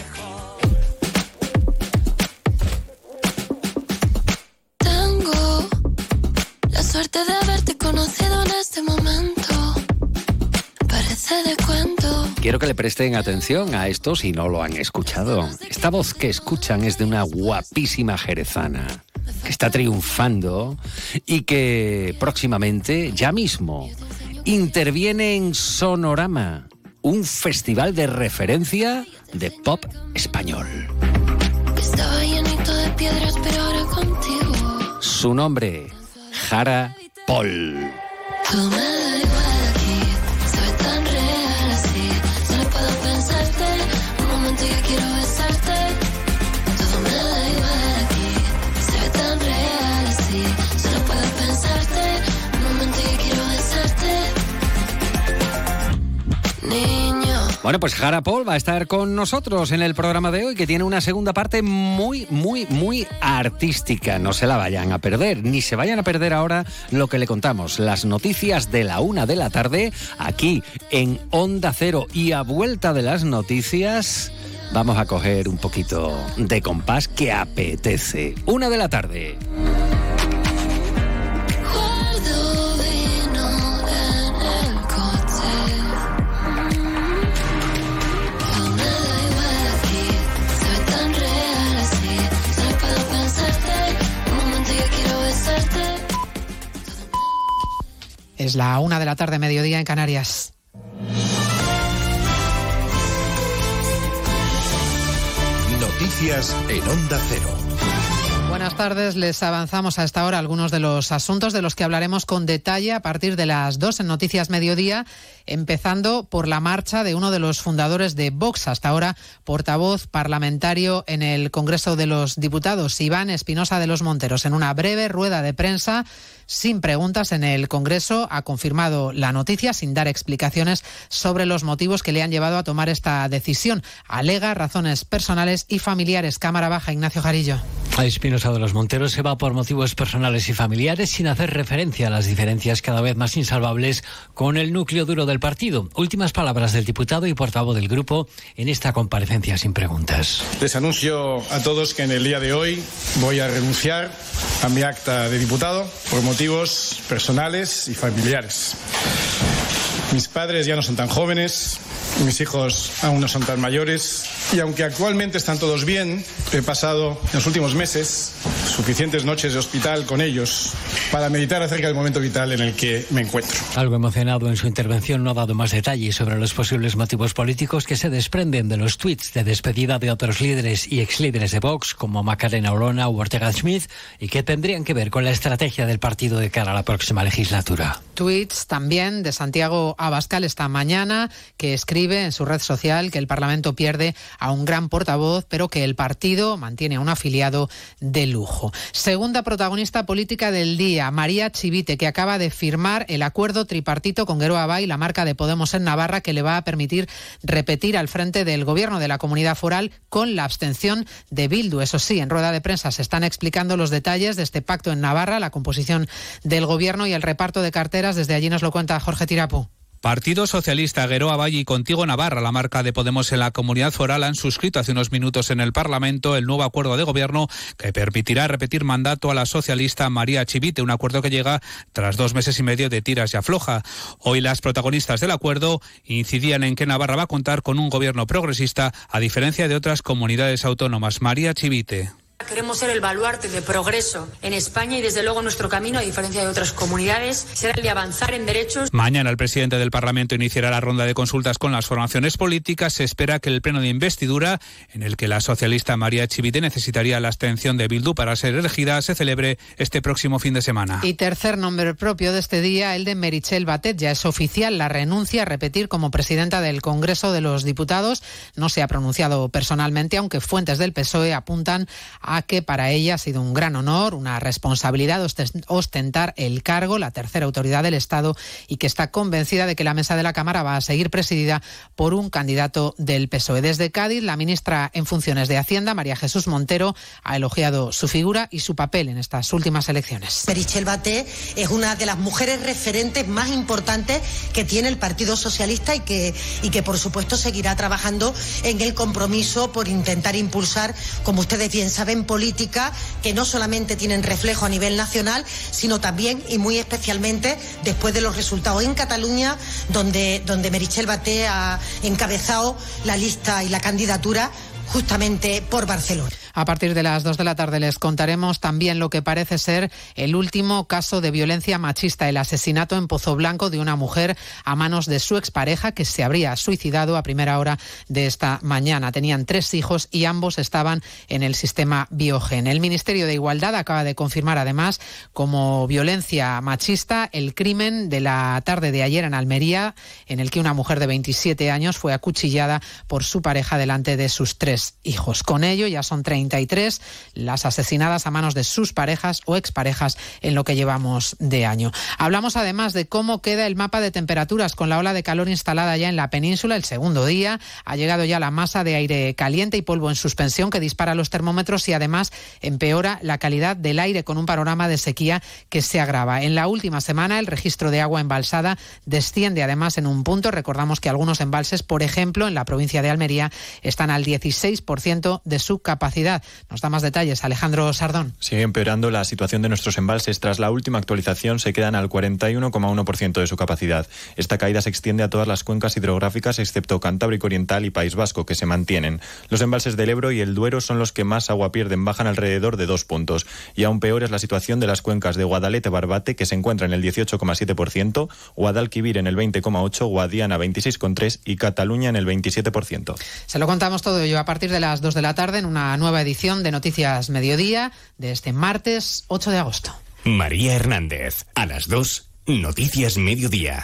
mejor. Tengo la suerte de haberte conocido en este momento. Parece de cuento. Quiero que le presten atención a esto si no lo han escuchado. Esta voz que escuchan es de una guapísima jerezana que está triunfando y que próximamente, ya mismo, interviene en Sonorama, un festival de referencia de pop español. Estaba llenito de piedras, pero ahora contigo. Su nombre, Jara Paul. Tú me da igual aquí, soy tan real así. Solo puedo pensarte, un momento ya quiero besarte. Todo me da igual aquí, soy tan real así. Solo puedo pensarte, un momento ya quiero besarte. Niño. Bueno, pues Jara Paul va a estar con nosotros en el programa de hoy, que tiene una segunda parte muy artística. No se la vayan a perder, ni se vayan a perder ahora lo que le contamos. Las noticias de la 1 de la tarde, aquí en Onda Cero. Y a vuelta de las noticias, vamos a coger un poquito de compás que apetece. 1 de la tarde. Es la 1 de la tarde, mediodía en Canarias. Noticias en Onda Cero. Buenas tardes, les avanzamos a esta hora algunos de los asuntos de los que hablaremos con detalle a partir de las 2 en Noticias Mediodía, empezando por la marcha de uno de los fundadores de Vox, hasta ahora portavoz parlamentario en el Congreso de los Diputados, Iván Espinosa de los Monteros. En una breve rueda de prensa, sin preguntas en el Congreso, ha confirmado la noticia sin dar explicaciones sobre los motivos que le han llevado a tomar esta decisión. Alega razones personales y familiares. Cámara Baja, Ignacio Jarillo. Espinosa de los Monteros se va por motivos personales y familiares, sin hacer referencia a las diferencias cada vez más insalvables con el núcleo duro del partido. Últimas palabras del diputado y portavoz del grupo en esta comparecencia sin preguntas. Les anuncio a todos que en el día de hoy voy a renunciar a mi acta de diputado por motivos personales y familiares. Mis padres ya no son tan jóvenes, mis hijos aún no son tan mayores y aunque actualmente están todos bien, he pasado en los últimos meses suficientes noches de hospital con ellos para meditar acerca del momento vital en el que me encuentro. Algo emocionado en su intervención, no ha dado más detalles sobre los posibles motivos políticos que se desprenden de los tuits de despedida de otros líderes y exlíderes de Vox como Macarena Olona u Ortega Smith y que tendrían que ver con la estrategia del partido de cara a la próxima legislatura. Tuits también de Santiago Abascal esta mañana, que escribe escribe en su red social que el Parlamento pierde a un gran portavoz, pero que el partido mantiene a un afiliado de lujo. Segunda protagonista política del día, María Chivite, que acaba de firmar el acuerdo tripartito con Geroa Bai, la marca de Podemos en Navarra, que le va a permitir repetir al frente del gobierno de la comunidad foral con la abstención de Bildu. Eso sí, en rueda de prensa se están explicando los detalles de este pacto en Navarra, la composición del gobierno y el reparto de carteras. Desde allí nos lo cuenta Jorge Tirapu. Partido Socialista, Geroa Bai y Contigo Navarra, la marca de Podemos en la comunidad foral, han suscrito hace unos minutos en el Parlamento el nuevo acuerdo de gobierno que permitirá repetir mandato a la socialista María Chivite, un acuerdo que llega tras 2 meses y medio de tiras y afloja. Hoy las protagonistas del acuerdo incidían en que Navarra va a contar con un gobierno progresista, a diferencia de otras comunidades autónomas. María Chivite. Queremos ser el baluarte de progreso en España y desde luego nuestro camino, a diferencia de otras comunidades, será el de avanzar en derechos. Mañana el presidente del Parlamento iniciará la ronda de consultas con las formaciones políticas. Se espera que el pleno de investidura, en el que la socialista María Chivite necesitaría la abstención de Bildu para ser elegida, se celebre este próximo fin de semana. Y tercer nombre propio de este día, el de Meritxell Batet. Ya es oficial la renuncia a repetir como presidenta del Congreso de los Diputados. No se ha pronunciado personalmente, aunque fuentes del PSOE apuntan a que para ella ha sido un gran honor, una responsabilidad ostentar el cargo, la tercera autoridad del Estado, y que está convencida de que la mesa de la Cámara va a seguir presidida por un candidato del PSOE. Desde Cádiz, la ministra en funciones de Hacienda, María Jesús Montero, ha elogiado su figura y su papel en estas últimas elecciones. Meritxell Batet es una de las mujeres referentes más importantes que tiene el Partido Socialista y que por supuesto seguirá trabajando en el compromiso por intentar impulsar, como ustedes bien saben, política que no solamente tienen reflejo a nivel nacional, sino también y muy especialmente después de los resultados en Cataluña, donde Meritxell Batet ha encabezado la lista y la candidatura justamente por Barcelona. A partir de las 2 de la tarde les contaremos también lo que parece ser el último caso de violencia machista, el asesinato en Pozoblanco de una mujer a manos de su expareja, que se habría suicidado a primera hora de esta mañana. Tenían 3 hijos y ambos estaban en el sistema Biogen. El Ministerio de Igualdad acaba de confirmar además como violencia machista el crimen de la tarde de ayer en Almería, en el que una mujer de 27 años fue acuchillada por su pareja delante de sus 3 hijos. Con ello ya son 33 las asesinadas a manos de sus parejas o exparejas en lo que llevamos de año. Hablamos además de cómo queda el mapa de temperaturas con la ola de calor instalada ya en la península. El segundo día ha llegado ya la masa de aire caliente y polvo en suspensión que dispara los termómetros y además empeora la calidad del aire con un panorama de sequía que se agrava. En la última semana el registro de agua embalsada desciende además en un punto. Recordamos que algunos embalses, por ejemplo, en la provincia de Almería, están al 16% de su capacidad. Nos da más detalles Alejandro Sardón. Sigue empeorando la situación de nuestros embalses. Tras la última actualización se quedan al 41,1% de su capacidad. Esta caída se extiende a todas las cuencas hidrográficas excepto Cantábrico Oriental y País Vasco, que se mantienen. Los embalses del Ebro y el Duero son los que más agua pierden, bajan alrededor de 2 puntos. Y aún peor es la situación de las cuencas de Guadalete-Barbate, que se encuentra en el 18,7%, Guadalquivir en el 20,8%, Guadiana 26,3% y Cataluña en el 27%. Se lo contamos todo ello a partir de las 2 de la tarde en una nueva edición de Noticias Mediodía de este martes 8 de agosto. María Hernández, a las 2, Noticias Mediodía.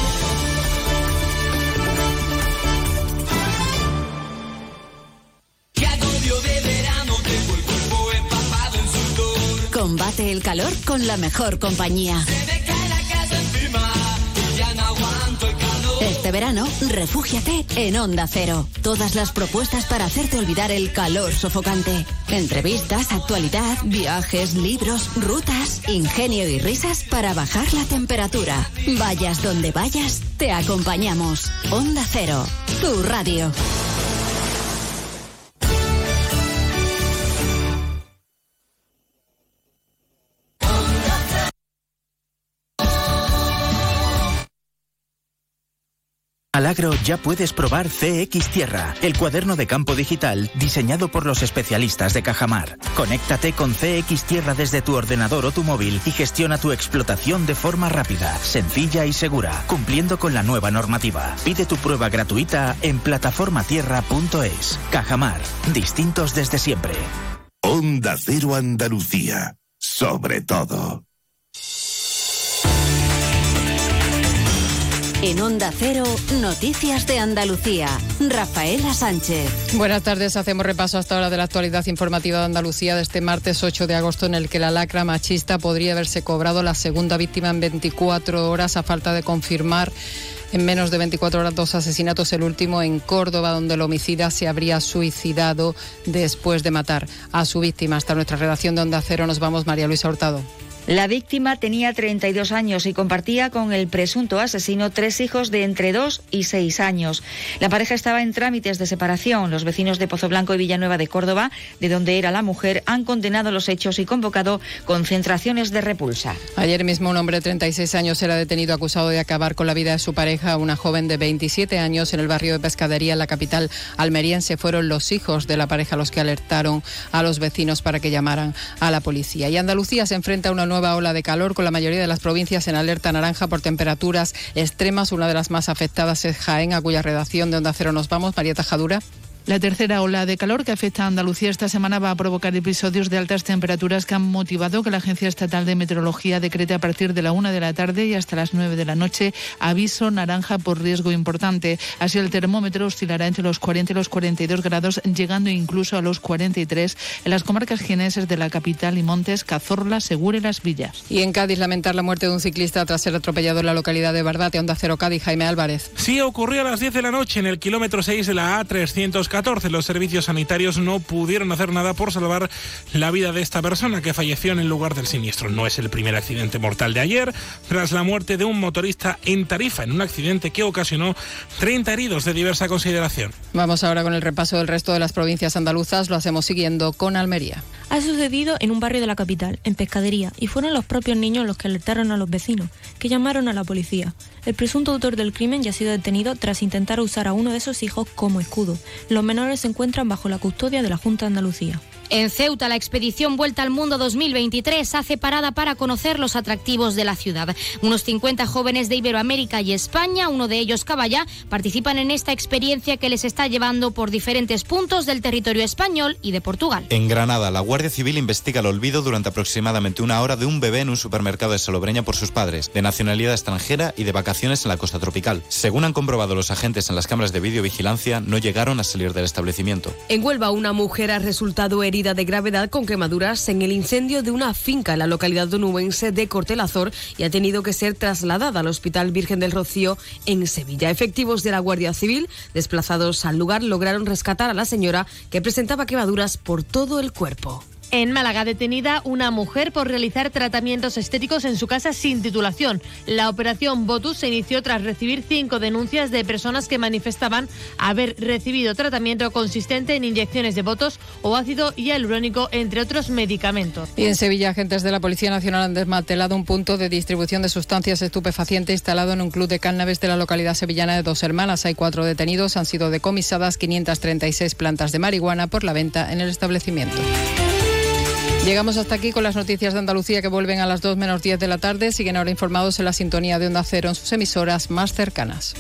Combate el calor con la mejor compañía. Este verano, refúgiate en Onda Cero. Todas las propuestas para hacerte olvidar el calor sofocante. Entrevistas, actualidad, viajes, libros, rutas, ingenio y risas para bajar la temperatura. Vayas donde vayas, te acompañamos. Onda Cero, tu radio. Al agro ya puedes probar CX Tierra, el cuaderno de campo digital diseñado por los especialistas de Cajamar. Conéctate con CX Tierra desde tu ordenador o tu móvil y gestiona tu explotación de forma rápida, sencilla y segura, cumpliendo con la nueva normativa. Pide tu prueba gratuita en plataformatierra.es. Cajamar, distintos desde siempre. Onda Cero Andalucía, sobre todo. En Onda Cero, Noticias de Andalucía. Rafaela Sánchez. Buenas tardes, hacemos repaso hasta ahora de la actualidad informativa de Andalucía de este martes 8 de agosto, en el que la lacra machista podría haberse cobrado la segunda víctima en 24 horas, a falta de confirmar en menos de 24 horas 2 asesinatos, el último en Córdoba, donde el homicida se habría suicidado después de matar a su víctima. Hasta nuestra redacción de Onda Cero nos vamos, María Luisa Hurtado. La víctima tenía 32 años y compartía con el presunto asesino 3 hijos de entre 2 y 6 años. La pareja estaba en trámites de separación. Los vecinos de Pozoblanco y Villanueva de Córdoba, de donde era la mujer, han condenado los hechos y convocado concentraciones de repulsa. Ayer mismo un hombre de 36 años era detenido acusado de acabar con la vida de su pareja, una joven de 27 años, en el barrio de Pescadería, en la capital almeriense. Fueron los hijos de la pareja los que alertaron a los vecinos para que llamaran a la policía. Y Andalucía se enfrenta a una nueva ola de calor, con la mayoría de las provincias en alerta naranja por temperaturas extremas. Una de las más afectadas es Jaén, a cuya redacción de Onda Cero nos vamos. María Tajadura. La tercera ola de calor que afecta a Andalucía esta semana va a provocar episodios de altas temperaturas que han motivado que la Agencia Estatal de Meteorología decrete a partir de la 1 de la tarde y hasta las 9 de la noche aviso naranja por riesgo importante. Así el termómetro oscilará entre los 40 y los 42 grados, llegando incluso a los 43 en las comarcas jienenses de la capital y montes, Cazorla, Segura y Las Villas. Y en Cádiz, lamentar la muerte de un ciclista tras ser atropellado en la localidad de Barbate. Onda Cero Cádiz, Jaime Álvarez. Sí, ocurrió a las 10 de la noche en el kilómetro 6 de la A314. Los servicios sanitarios no pudieron hacer nada por salvar la vida de esta persona, que falleció en el lugar del siniestro. No es el primer accidente mortal de ayer, tras la muerte de un motorista en Tarifa, en un accidente que ocasionó 30 heridos de diversa consideración. Vamos ahora con el repaso del resto de las provincias andaluzas. Lo hacemos siguiendo con Almería. Ha sucedido en un barrio de la capital, en Pescadería, y fueron los propios niños los que alertaron a los vecinos, que llamaron a la policía. El presunto autor del crimen ya ha sido detenido tras intentar usar a uno de sus hijos como escudo. Los menores se encuentran bajo la custodia de la Junta de Andalucía. En Ceuta, la expedición Vuelta al Mundo 2023 hace parada para conocer los atractivos de la ciudad. Unos 50 jóvenes de Iberoamérica y España, uno de ellos Caballa, participan en esta experiencia que les está llevando por diferentes puntos del territorio español y de Portugal. En Granada, la Guardia Civil investiga el olvido durante aproximadamente una hora de un bebé en un supermercado de Salobreña por sus padres, de nacionalidad extranjera y de vacaciones en la costa tropical. Según han comprobado los agentes en las cámaras de videovigilancia, no llegaron a salir del establecimiento. En Huelva, una mujer ha resultado herida de gravedad con quemaduras en el incendio de una finca en la localidad onubense de Cortelazor y ha tenido que ser trasladada al Hospital Virgen del Rocío en Sevilla. Efectivos de la Guardia Civil, desplazados al lugar, lograron rescatar a la señora, que presentaba quemaduras por todo el cuerpo. En Málaga, detenida una mujer por realizar tratamientos estéticos en su casa sin titulación. La operación Botus se inició tras recibir 5 denuncias de personas que manifestaban haber recibido tratamiento consistente en inyecciones de botox o ácido hialurónico, entre otros medicamentos. Y en Sevilla, agentes de la Policía Nacional han desmantelado un punto de distribución de sustancias estupefacientes instalado en un club de cannabis de la localidad sevillana de Dos Hermanas. Hay 4 detenidos, han sido decomisadas 536 plantas de marihuana por la venta en el establecimiento. Llegamos hasta aquí con las noticias de Andalucía, que vuelven a las 2 menos 10 de la tarde. Siguen ahora informados en la sintonía de Onda Cero en sus emisoras más cercanas.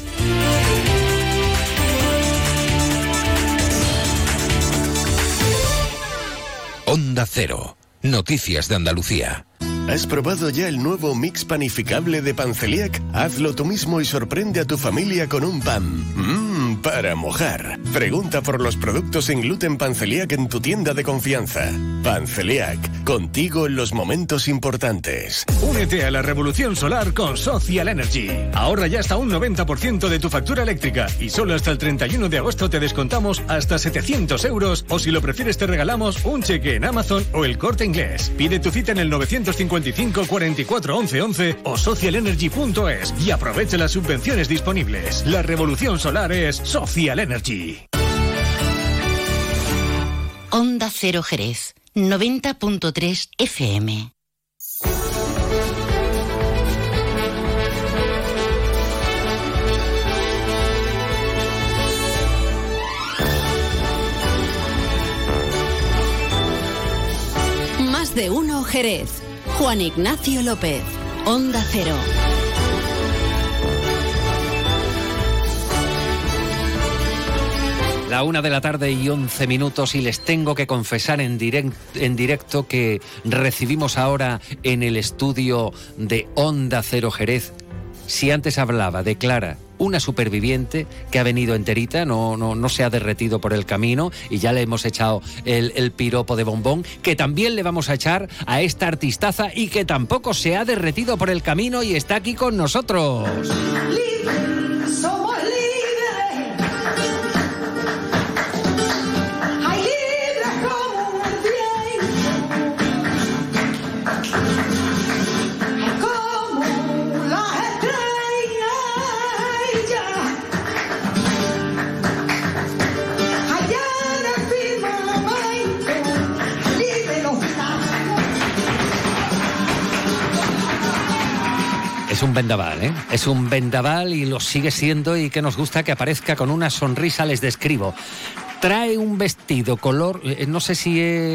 Onda Cero. Noticias de Andalucía. ¿Has probado ya el nuevo mix panificable de Panceliac? Hazlo tú mismo y sorprende a tu familia con un pan. Para mojar. Pregunta por los productos sin gluten Panceliac en tu tienda de confianza. Panceliac, contigo en los momentos importantes. Únete a la revolución solar con Social Energy. Ahorra ya hasta un 90% de tu factura eléctrica y solo hasta el 31 de agosto te descontamos hasta 700 euros, o si lo prefieres te regalamos un cheque en Amazon o El Corte Inglés. Pide tu cita en el 955 44 11 11 o socialenergy.es y aprovecha las subvenciones disponibles. La revolución solar es Social Energy. Onda Cero Jerez, 90.3 FM. Más de uno Jerez. Juan Ignacio López, Onda Cero. La 1 de la tarde y 11 minutos, y les tengo que confesar en directo que recibimos ahora en el estudio de Onda Cero Jerez si antes hablaba de Clara, una superviviente que ha venido enterita, no se ha derretido por el camino, y ya le hemos echado el piropo de bombón, que también le vamos a echar a esta artistaza y que tampoco se ha derretido por el camino y está aquí con nosotros. Somos líderes. Hay libres como el viento. Hay como las estrellas. Allá en el firmamento. Libres los Es un vendaval, ¿eh? Es un vendaval y lo sigue siendo, y que nos gusta que aparezca con una sonrisa. Les describo. Trae un vestido color, no sé si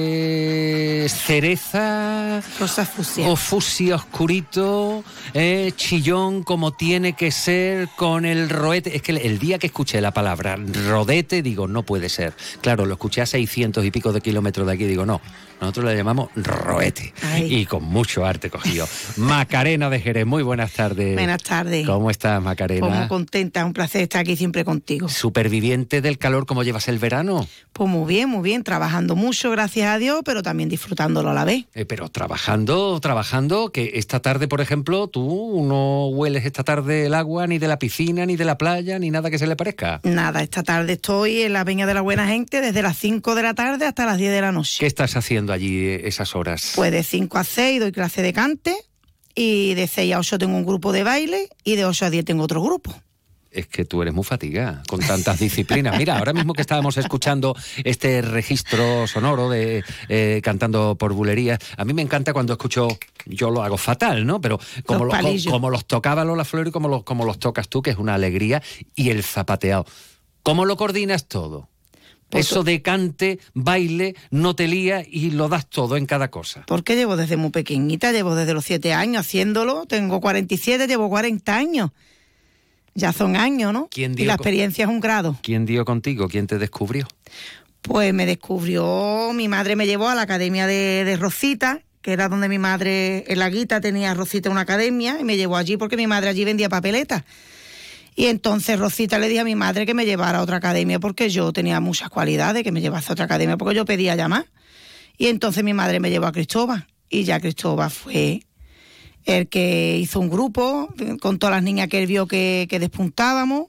es cereza, rosa fucsia, o fucsia oscurito, chillón como tiene que ser, con el roete. Es que el día que escuché la palabra rodete, digo, no puede ser. Claro, lo escuché a 600 y pico de kilómetros de aquí, digo, no, nosotros le llamamos roete. Ay. Y con mucho arte cogido. Macarena de Jerez, muy buenas tardes. Buenas tardes. ¿Cómo estás, Macarena? Pues muy contenta, un placer estar aquí siempre contigo. Superviviente del calor, ¿cómo llevas el verano? Pues muy bien, trabajando mucho, gracias a Dios, pero también disfrutándolo a la vez. Pero trabajando, que esta tarde, por ejemplo, tú no hueles esta tarde el agua ni de la piscina, ni de la playa, ni nada que se le parezca. Nada, esta tarde estoy en la Peña de la Buena Gente desde las 5 de la tarde hasta las 10 de la noche. ¿Qué estás haciendo allí esas horas? Pues de 5 a 6 doy clase de cante, y de 6 a 8 tengo un grupo de baile, y de 8 a 10 tengo otro grupo. Es que tú eres muy fatigada con tantas disciplinas. Mira, ahora mismo que estábamos escuchando este registro sonoro de cantando por bulerías, a mí me encanta cuando escucho, yo lo hago fatal, ¿no? Pero como los tocaba Lola Flor y como los tocas tú, que es una alegría, y el zapateado. ¿Cómo lo coordinas todo? Pues eso de cante, baile, no te lía y lo das todo en cada cosa. Porque llevo desde muy pequeñita, llevo desde los 7 años haciéndolo, tengo 47, llevo 40 años. Ya son años, ¿no? Y la experiencia es un grado. ¿Quién dio contigo? ¿Quién te descubrió? Pues me descubrió, mi madre me llevó a la academia de Rosita, que era donde mi madre, en La Guita, tenía Rosita una academia, y me llevó allí porque mi madre allí vendía papeletas. Y entonces Rosita le dije a mi madre que me llevara a otra academia porque yo tenía muchas cualidades, que me llevase a otra academia porque yo pedía llamar. Y entonces mi madre me llevó a Cristóbal, y ya Cristóbal fue el que hizo un grupo con todas las niñas que él vio que despuntábamos.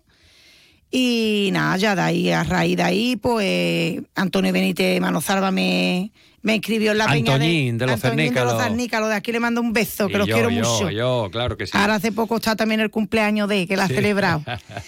Y nada, ya de ahí, a raíz de ahí, pues Antonio Benítez Manozarba me inscribió en la peña de los Cernícalos. De aquí le mando un beso, que los quiero mucho. Yo, claro que sí. Ahora hace poco está también el cumpleaños que la ha celebrado.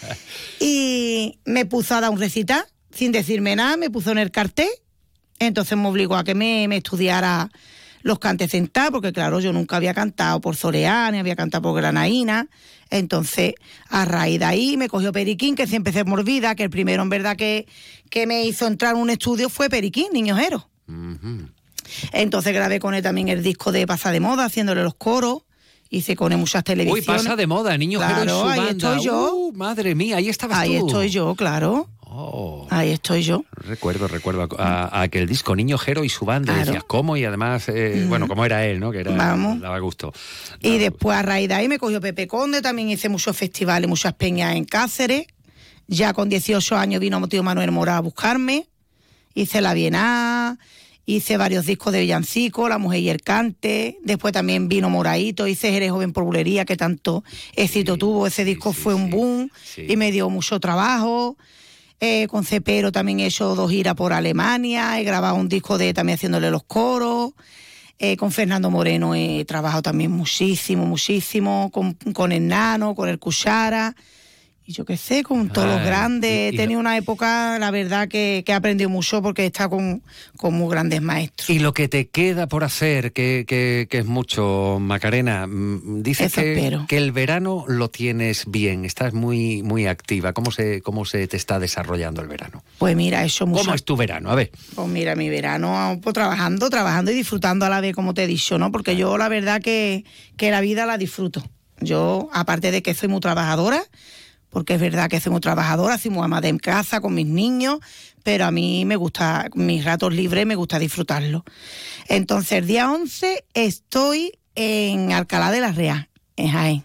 Y me puso a dar un recital, sin decirme nada, me puso en el cartel. Entonces me obligó a que me estudiara los cantes sentados, porque claro, yo nunca había cantado por Zoreá, ni había cantado por Granaína. Entonces, a raíz de ahí me cogió Periquín, que siempre se me olvida, que el primero en verdad que me hizo entrar en un estudio fue Periquín, Niños Heros. Uh-huh. Entonces grabé con él también el disco de Pasa de Moda, haciéndole los coros. Hice con él muchas televisiones. Uy, Pasa de Moda, Niños Heros y su banda. Ahí estoy yo. Madre mía, ahí estabas tú. Ahí estoy yo, claro. Oh. Ahí estoy yo. Recuerdo a aquel disco, Niño Jero y su banda. Claro. Decías cómo, y además, bueno, como era él, ¿no? Que era, daba gusto. Y después, a raíz de ahí, me cogió Pepe Conde. También hice muchos festivales, muchas peñas en Cáceres. Ya con 18 años vino tío Manuel Mora a buscarme. Hice La Biená, hice varios discos de villancico, La Mujer y el Cante. Después también vino Moraíto, hice Jerez Joven por Bulería, que tanto éxito tuvo. Ese disco fue un boom y me dio mucho trabajo. Con Cepero también he hecho 2 giras por Alemania, he grabado un disco también haciéndole los coros. Con Fernando Moreno he trabajado también muchísimo, con el Nano, con el Cuchara. Y yo qué sé, con todos los grandes. He tenido una época, la verdad, que he aprendido mucho porque he estado con muy grandes maestros. Y lo que te queda por hacer, que es mucho, Macarena, dices que el verano lo tienes bien, estás muy, muy activa. ¿Cómo se te está desarrollando el verano? Pues mira, he hecho mucho. ¿Cómo es tu verano? A ver. Pues mira, mi verano, pues trabajando y disfrutando a la vez, como te he dicho, ¿no? Porque yo la verdad que la vida la disfruto. Yo, aparte de que soy muy trabajadora, porque es verdad que soy muy trabajadora, soy muy ama de casa con mis niños, pero a mí me gusta, mis ratos libres me gusta disfrutarlo. Entonces, el día 11 estoy en Alcalá de la Rea, en Jaén.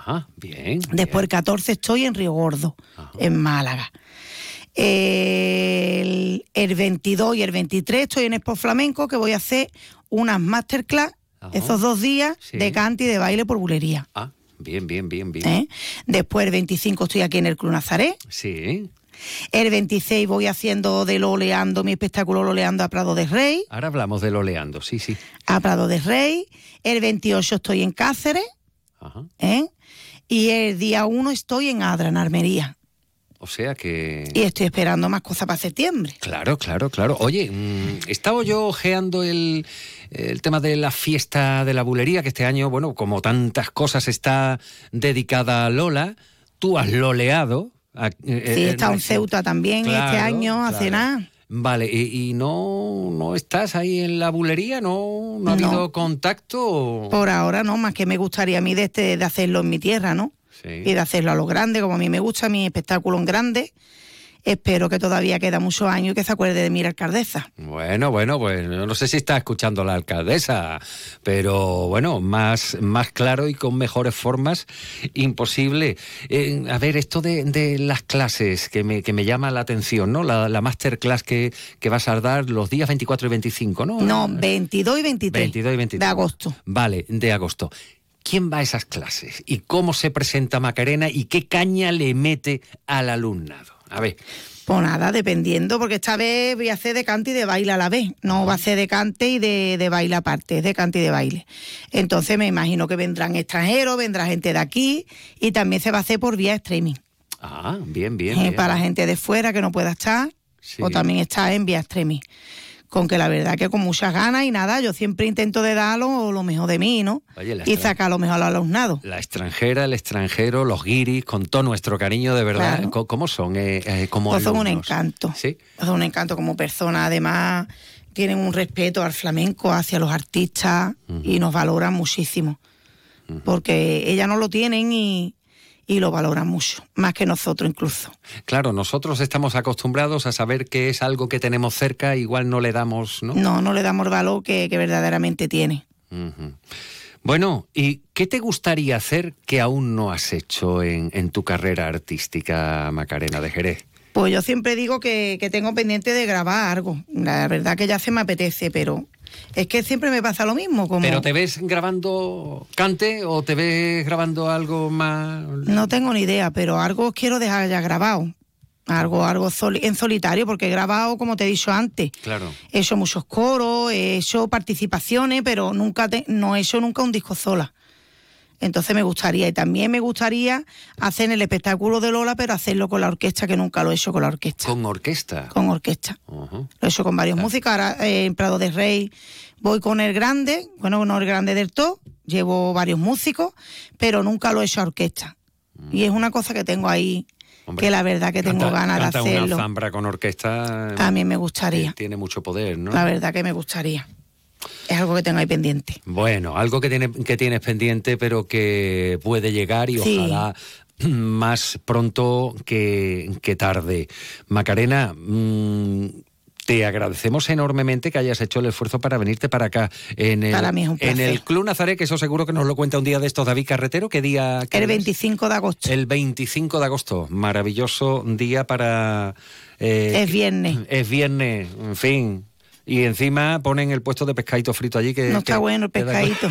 Ajá, bien. Después el 14 estoy en Río Gordo, en Málaga. El 22 y el 23 estoy en Expo Flamenco, que voy a hacer unas masterclass esos 2 días de cante y de baile por bulería. Ah, bien, bien, bien, bien. Después el 25 estoy aquí en el Club Nazaret. Sí. El 26 voy haciendo del oleando, mi espectáculo oleando a Prado de Rey. Ahora hablamos del oleando, sí. A Prado de Rey. El 28 estoy en Cáceres. Ajá. Y el día 1 estoy en Adra, en Armería. O sea que... Y estoy esperando más cosas para septiembre. Claro. Oye, estaba yo ojeando el tema de la fiesta de la bulería, que este año, bueno, como tantas cosas está dedicada a Lola. Tú has loleado. Sí, he estado en Ceuta también este año, hace nada. Vale, ¿y no estás ahí en la bulería? ¿No ha habido contacto? Por ahora no, más que me gustaría a mí de hacerlo en mi tierra, ¿no? Sí. Y de hacerlo a lo grande, como a mí me gusta mi espectáculo en grande. Espero que todavía queda muchos años y que se acuerde de mi alcaldesa. Bueno, pues no sé si está escuchando la alcaldesa, pero bueno, más claro y con mejores formas, imposible. A ver, esto de las clases que me llama la atención, ¿no? La masterclass que vas a dar los días 24 y 25, ¿no? No, 22 y 23. 22 y 23. De agosto. Vale, de agosto. ¿Quién va a esas clases? ¿Y cómo se presenta Macarena? ¿Y qué caña le mete al alumnado? A ver. Pues nada, dependiendo, porque esta vez voy a hacer de cante y de baile a la vez. No va a ser de cante y de baile aparte, es de cante y de baile. Entonces me imagino que vendrán extranjeros, vendrá gente de aquí y también se va a hacer por vía streaming. Ah, bien. Para la gente de fuera que no pueda estar, o también está en vía streaming. Con que la verdad que con muchas ganas y nada, yo siempre intento de dar lo mejor de mí, ¿no? Oye, y sacar lo mejor al alumnado. La extranjera, el extranjero, los guiris, con todo nuestro cariño, de verdad. Claro. ¿Cómo son como pues son un alumnos? encanto. ¿Sí? Son un encanto como personas. Además, tienen un respeto al flamenco, hacia los artistas y nos valoran muchísimo. Porque ellas no lo tienen y lo valoran mucho, más que nosotros incluso. Claro, nosotros estamos acostumbrados a saber que es algo que tenemos cerca, igual no le damos, ¿no? No le damos el valor que verdaderamente tiene. Bueno, ¿y qué te gustaría hacer que aún no has hecho en tu carrera artística, Macarena de Jerez? Pues yo siempre digo que tengo pendiente de grabar algo. La verdad que ya se me apetece, pero es que siempre me pasa lo mismo. ¿Pero te ves grabando cante o te ves grabando algo más...? No tengo ni idea, pero algo quiero dejar ya grabado. Algo en solitario, porque he grabado, como te he dicho antes. Claro. He hecho muchos coros, he hecho participaciones, pero no he hecho nunca un disco sola. Entonces me gustaría, y también me gustaría hacer el espectáculo de Lola, pero hacerlo con la orquesta, que nunca lo he hecho con la orquesta. ¿Con orquesta? Con orquesta. Lo he hecho con varios músicos. Ahora en Prado de Rey voy con el grande, bueno, no el grande del todo, llevo varios músicos, pero nunca lo he hecho a orquesta. Y es una cosa que tengo ahí, que la verdad que tengo ganas de hacerlo. Una zambra con orquesta... También me gustaría. Tiene mucho poder, ¿no? La verdad que me gustaría. Es algo que tengo ahí pendiente. Bueno, algo que tienes pendiente, pero que puede llegar y ojalá más pronto que tarde. Macarena, te agradecemos enormemente que hayas hecho el esfuerzo para venirte para acá. Para mí es un placer. En el Club Nazaret, que eso seguro que nos lo cuenta un día de estos David Carretero. ¿Qué día? El 25 de agosto. El 25 de agosto. Maravilloso día para... es viernes. Es viernes, en fin... Y encima ponen el puesto de pescadito frito allí. No está bueno el pescadito.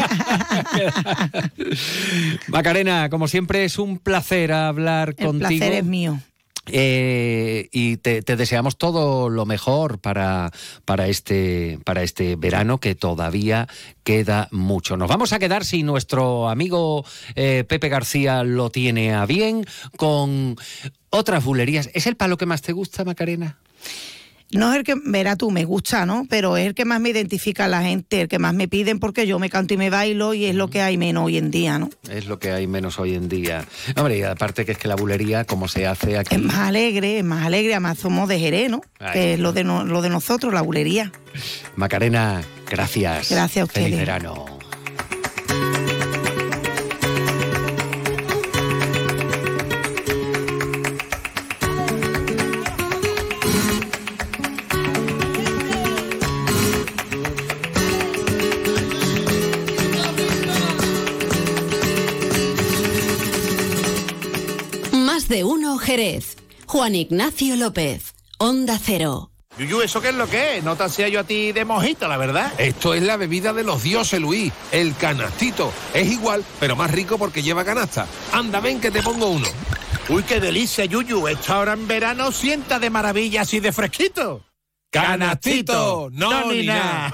Macarena, como siempre, es un placer hablar contigo. El placer es mío. Y te deseamos todo lo mejor para este verano, que todavía queda mucho. Nos vamos a quedar, si nuestro amigo Pepe García lo tiene a bien, con otras bulerías. ¿Es el palo que más te gusta, Macarena? No es el que, verá tú, me gusta, ¿no? Pero es el que más me identifica a la gente, el que más me piden, porque yo me canto y me bailo y es lo que hay menos hoy en día, ¿no? Es lo que hay menos hoy en día. Hombre, y aparte que es que la bulería, como se hace aquí... Es más alegre, además somos de Jerez, ¿no? Que es lo de nosotros, la bulería. Macarena, gracias. Gracias a ustedes. Feliz verano. Jerez. Juan Ignacio López, Onda Cero. Yuyu, ¿eso qué es lo que es? No te hacía yo a ti de mojito, la verdad. Esto es la bebida de los dioses, Luis, el canastito. Es igual, pero más rico porque lleva canasta. Anda, ven que te pongo uno. Uy, qué delicia, Yuyu. Esto ahora en verano sienta de maravilla así de fresquito. ¡Canastito! ¡No, ni nada!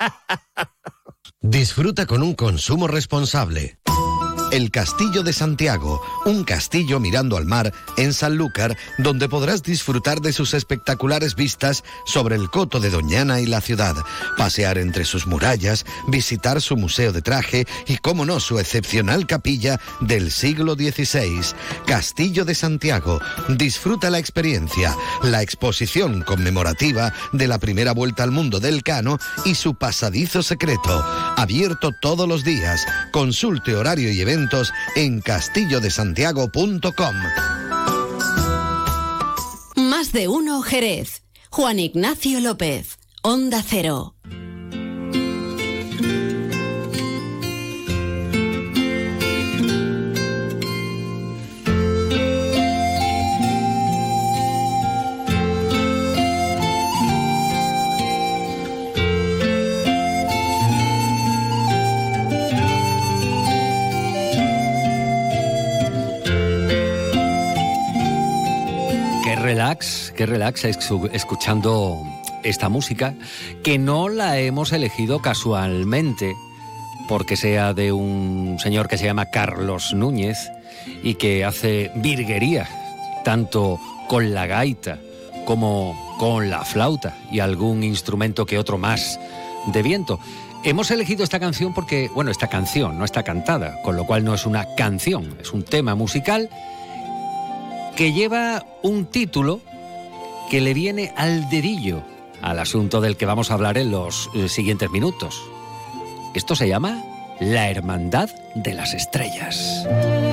Disfruta con un consumo responsable. El Castillo de Santiago, un castillo mirando al mar en Sanlúcar, donde podrás disfrutar de sus espectaculares vistas sobre el coto de Doñana y la ciudad, pasear entre sus murallas, visitar su museo de traje y, cómo no, su excepcional capilla del siglo XVI. Castillo de Santiago, disfruta la experiencia, la exposición conmemorativa de la primera vuelta al mundo del Cano y su pasadizo secreto, abierto todos los días. Consulte horario y eventos en castillodesantiago.com. Más de uno Jerez. Juan Ignacio López, Onda Cero. Qué relax escuchando esta música, que no la hemos elegido casualmente porque sea de un señor que se llama Carlos Núñez y que hace virguería tanto con la gaita como con la flauta y algún instrumento que otro más de viento. Hemos elegido esta canción porque, bueno, esta canción no está cantada, con lo cual no es una canción, es un tema musical que lleva un título que le viene al dedillo al asunto del que vamos a hablar en los siguientes minutos. Esto se llama La Hermandad de las Estrellas.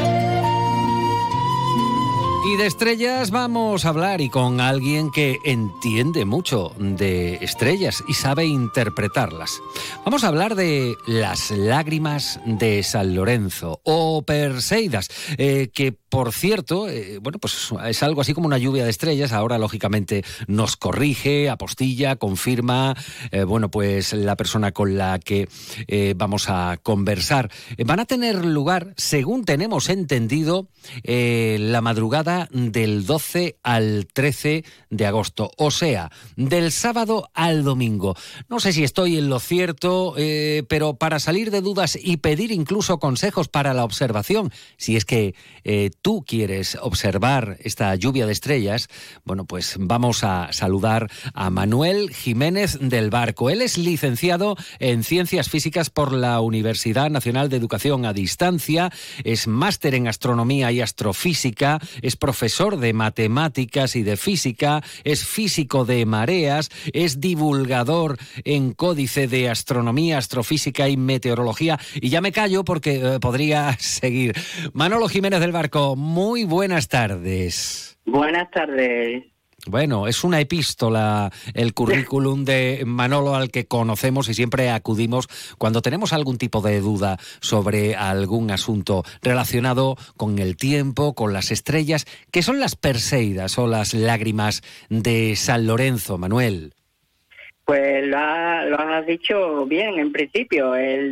Y de estrellas vamos a hablar, y con alguien que entiende mucho de estrellas y sabe interpretarlas. Vamos a hablar de las lágrimas de San Lorenzo, o Perseidas, que por cierto, bueno, pues es algo así como una lluvia de estrellas. Ahora, lógicamente, nos corrige, apostilla, confirma, bueno, pues la persona con la que vamos a conversar. Van a tener lugar, según tenemos entendido, la madrugada del 12 al 13 de agosto, o sea, del sábado al domingo. No sé si estoy en lo cierto, pero para salir de dudas y pedir incluso consejos para la observación, si es que tú quieres observar esta lluvia de estrellas, bueno, pues vamos a saludar a Manuel Jiménez del Barco. Él es licenciado en Ciencias Físicas por la Universidad Nacional de Educación a Distancia, es máster en Astronomía y Astrofísica, es profesor de Matemáticas y de Física, es físico de mareas, es divulgador en Códice de Astronomía, Astrofísica y Meteorología. Y ya me callo porque podría seguir. Manolo Jiménez del Barco, muy buenas tardes. Buenas tardes. Bueno, es una epístola el currículum de Manolo al que conocemos y siempre acudimos cuando tenemos algún tipo de duda sobre algún asunto relacionado con el tiempo, con las estrellas. ¿Qué son las Perseidas o las lágrimas de San Lorenzo, Manuel? Pues lo has dicho bien en principio.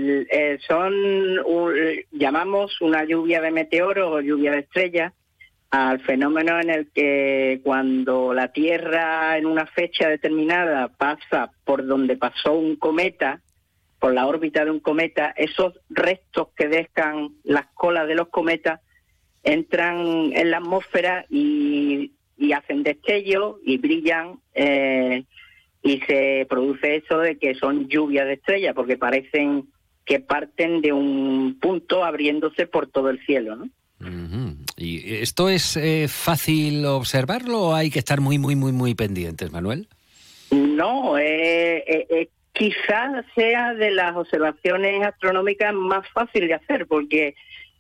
Llamamos una lluvia de meteoros o lluvia de estrellas al fenómeno en el que cuando la Tierra en una fecha determinada pasa por donde pasó un cometa, por la órbita de un cometa, esos restos que dejan las colas de los cometas entran en la atmósfera y hacen destellos y brillan, y se produce eso de que son lluvias de estrellas, porque parecen que parten de un punto abriéndose por todo el cielo, ¿no? Uh-huh. ¿Y esto es fácil observarlo o hay que estar muy, muy, muy, muy pendientes, Manuel? No, quizás sea de las observaciones astronómicas más fácil de hacer, porque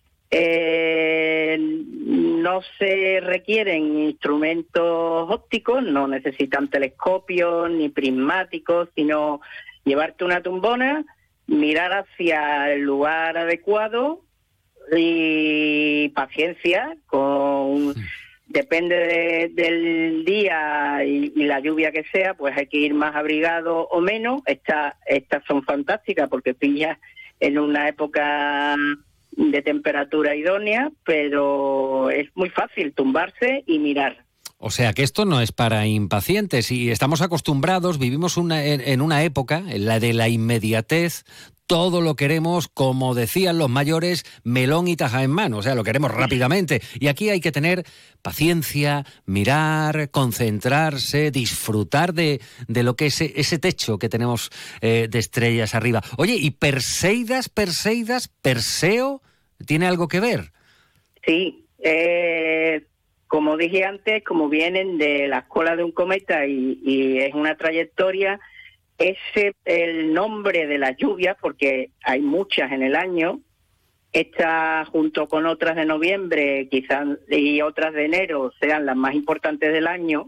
no se requieren instrumentos ópticos, no necesitan telescopios ni prismáticos, sino llevarte una tumbona, mirar hacia el lugar adecuado y paciencia, con depende del día y la lluvia que sea, pues hay que ir más abrigado o menos. Estas son fantásticas porque pillas en una época de temperatura idónea, pero es muy fácil tumbarse y mirar. O sea que esto no es para impacientes y estamos acostumbrados, vivimos en una época, en la de la inmediatez. Todo lo queremos, como decían los mayores, melón y taja en mano, o sea, lo queremos rápidamente. Y aquí hay que tener paciencia, mirar, concentrarse, disfrutar de lo que es ese techo que tenemos de estrellas arriba. Oye, ¿y Perseidas, Perseo, tiene algo que ver? Sí, como dije antes, como vienen de la cola de un cometa y es una trayectoria. El nombre de las lluvias, porque hay muchas en el año, esta junto con otras de noviembre quizás y otras de enero sean las más importantes del año,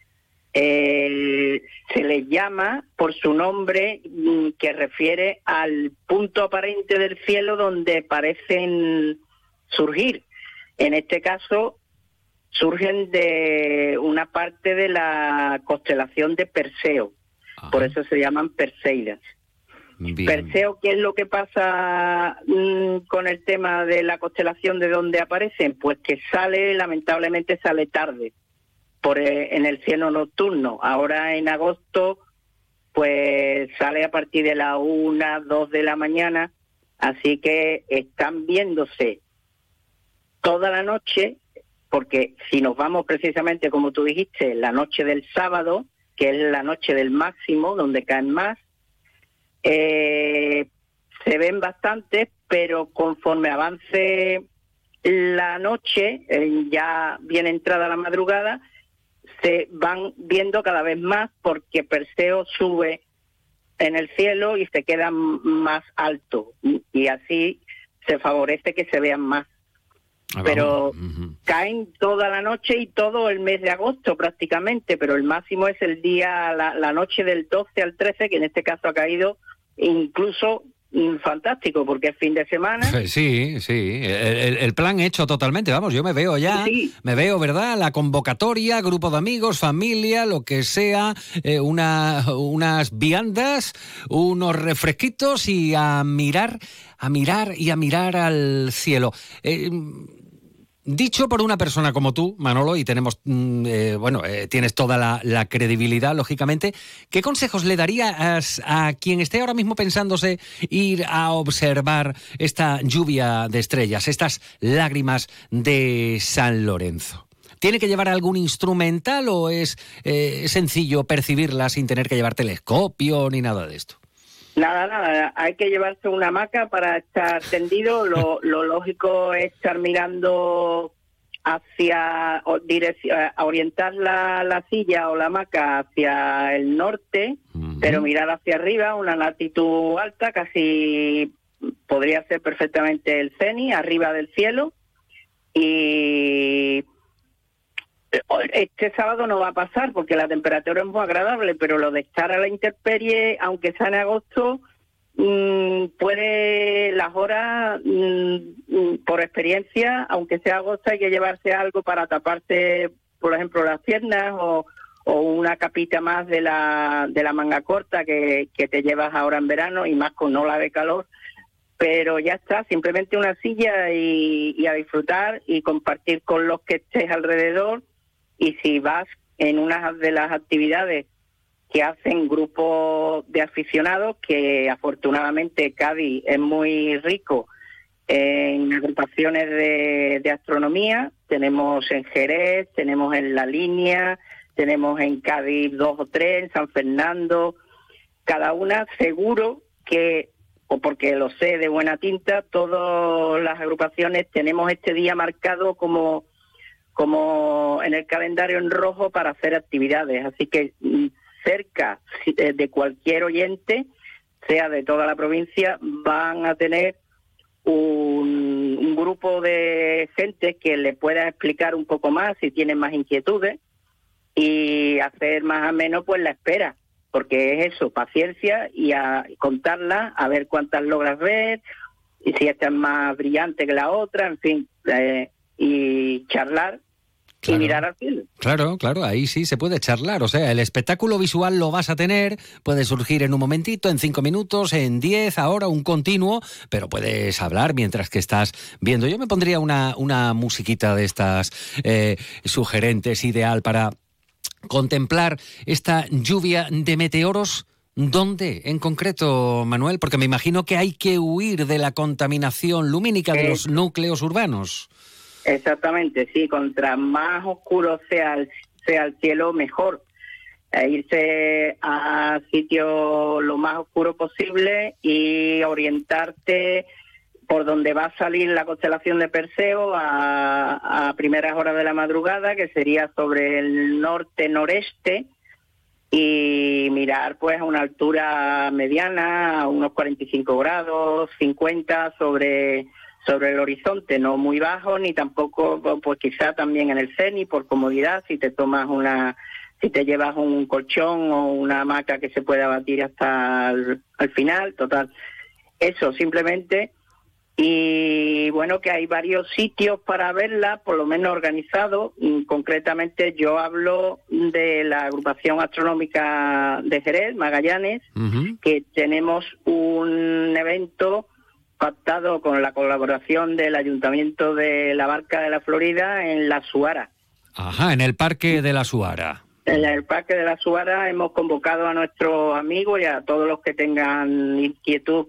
se les llama por su nombre que refiere al punto aparente del cielo donde parecen surgir. En este caso, surgen de una parte de la constelación de Perseo. Ajá. Por eso se llaman Perseidas. Bien. Perseo, ¿qué es lo que pasa con el tema de la constelación de dónde aparecen? Pues que lamentablemente sale tarde en el cielo nocturno. Ahora en agosto, pues sale a partir de la 1, 2 de la mañana, así que están viéndose toda la noche, porque si nos vamos precisamente, como tú dijiste, la noche del sábado, que es la noche del máximo, donde caen más, se ven bastantes, pero conforme avance la noche, ya bien entrada la madrugada, se van viendo cada vez más porque Perseo sube en el cielo y se queda más alto, y así se favorece que se vean más. Pero caen toda la noche y todo el mes de agosto prácticamente, pero el máximo es el día, la noche del 12 al 13, que en este caso ha caído incluso fantástico, porque es fin de semana. Sí, el plan hecho totalmente, vamos, yo me veo ya, sí. Me veo, ¿verdad?, la convocatoria, grupo de amigos, familia, lo que sea, unas viandas, unos refresquitos y a mirar al cielo. Dicho por una persona como tú, Manolo, y tenemos, tienes toda la credibilidad, lógicamente, ¿qué consejos le darías a quien esté ahora mismo pensándose ir a observar esta lluvia de estrellas, estas lágrimas de San Lorenzo? ¿Tiene que llevar algún instrumental o es sencillo percibirla sin tener que llevar telescopio ni nada de esto? Nada, hay que llevarse una hamaca para estar tendido. Lo lógico es estar mirando hacia, orientar la silla o la hamaca hacia el norte, pero mirar hacia arriba, una latitud alta, casi podría ser perfectamente el cenit, arriba del cielo. Y este sábado no va a pasar porque la temperatura es muy agradable, pero lo de estar a la intemperie, aunque sea en agosto, puede las horas, por experiencia, aunque sea agosto, hay que llevarse algo para taparse, por ejemplo, las piernas o una capita más de la manga corta que te llevas ahora en verano, y más con ola de calor. Pero ya está, simplemente una silla y a disfrutar y compartir con los que estés alrededor. Y si vas en una de las actividades que hacen grupos de aficionados, que afortunadamente Cádiz es muy rico en agrupaciones de astronomía, tenemos en Jerez, tenemos en La Línea, tenemos en Cádiz 2 o 3, en San Fernando, cada una seguro que, o porque lo sé de buena tinta, todas las agrupaciones tenemos este día marcado como en el calendario en rojo para hacer actividades. Así que cerca de cualquier oyente, sea de toda la provincia, van a tener un grupo de gente que le pueda explicar un poco más si tienen más inquietudes y hacer más o menos pues la espera, porque es eso, paciencia y a contarla, a ver cuántas logras ver, y si esta es más brillante que la otra, en fin, y charlar y mirar al cielo. Claro, ahí sí se puede charlar. O sea, el espectáculo visual lo vas a tener, puede surgir en un momentito, en 5 minutos, en 10, ahora un continuo, pero puedes hablar mientras que estás viendo. Yo me pondría una musiquita de estas sugerentes, ideal para contemplar esta lluvia de meteoros. ¿Dónde en concreto, Manuel? Porque me imagino que hay que huir de la contaminación lumínica de los núcleos urbanos. Exactamente, sí, contra más oscuro sea el cielo, mejor. Irse a sitios lo más oscuro posible y orientarte por donde va a salir la constelación de Perseo a primeras horas de la madrugada, que sería sobre el norte-noreste, y mirar pues a una altura mediana, a unos 45 grados, 50 sobre el horizonte, no muy bajo, ni tampoco, pues quizá también en el cenit, por comodidad, si te llevas un colchón o una hamaca que se pueda batir hasta al final, total. Eso, simplemente. Y bueno, que hay varios sitios para verla, por lo menos organizados. Concretamente yo hablo de la agrupación astronómica de Jerez, Magallanes, que tenemos un evento pactado con la colaboración del Ayuntamiento de la Barca de la Florida en La Suara. Ajá, en el Parque de la Suara. En el Parque de la Suara hemos convocado a nuestros amigos y a todos los que tengan inquietud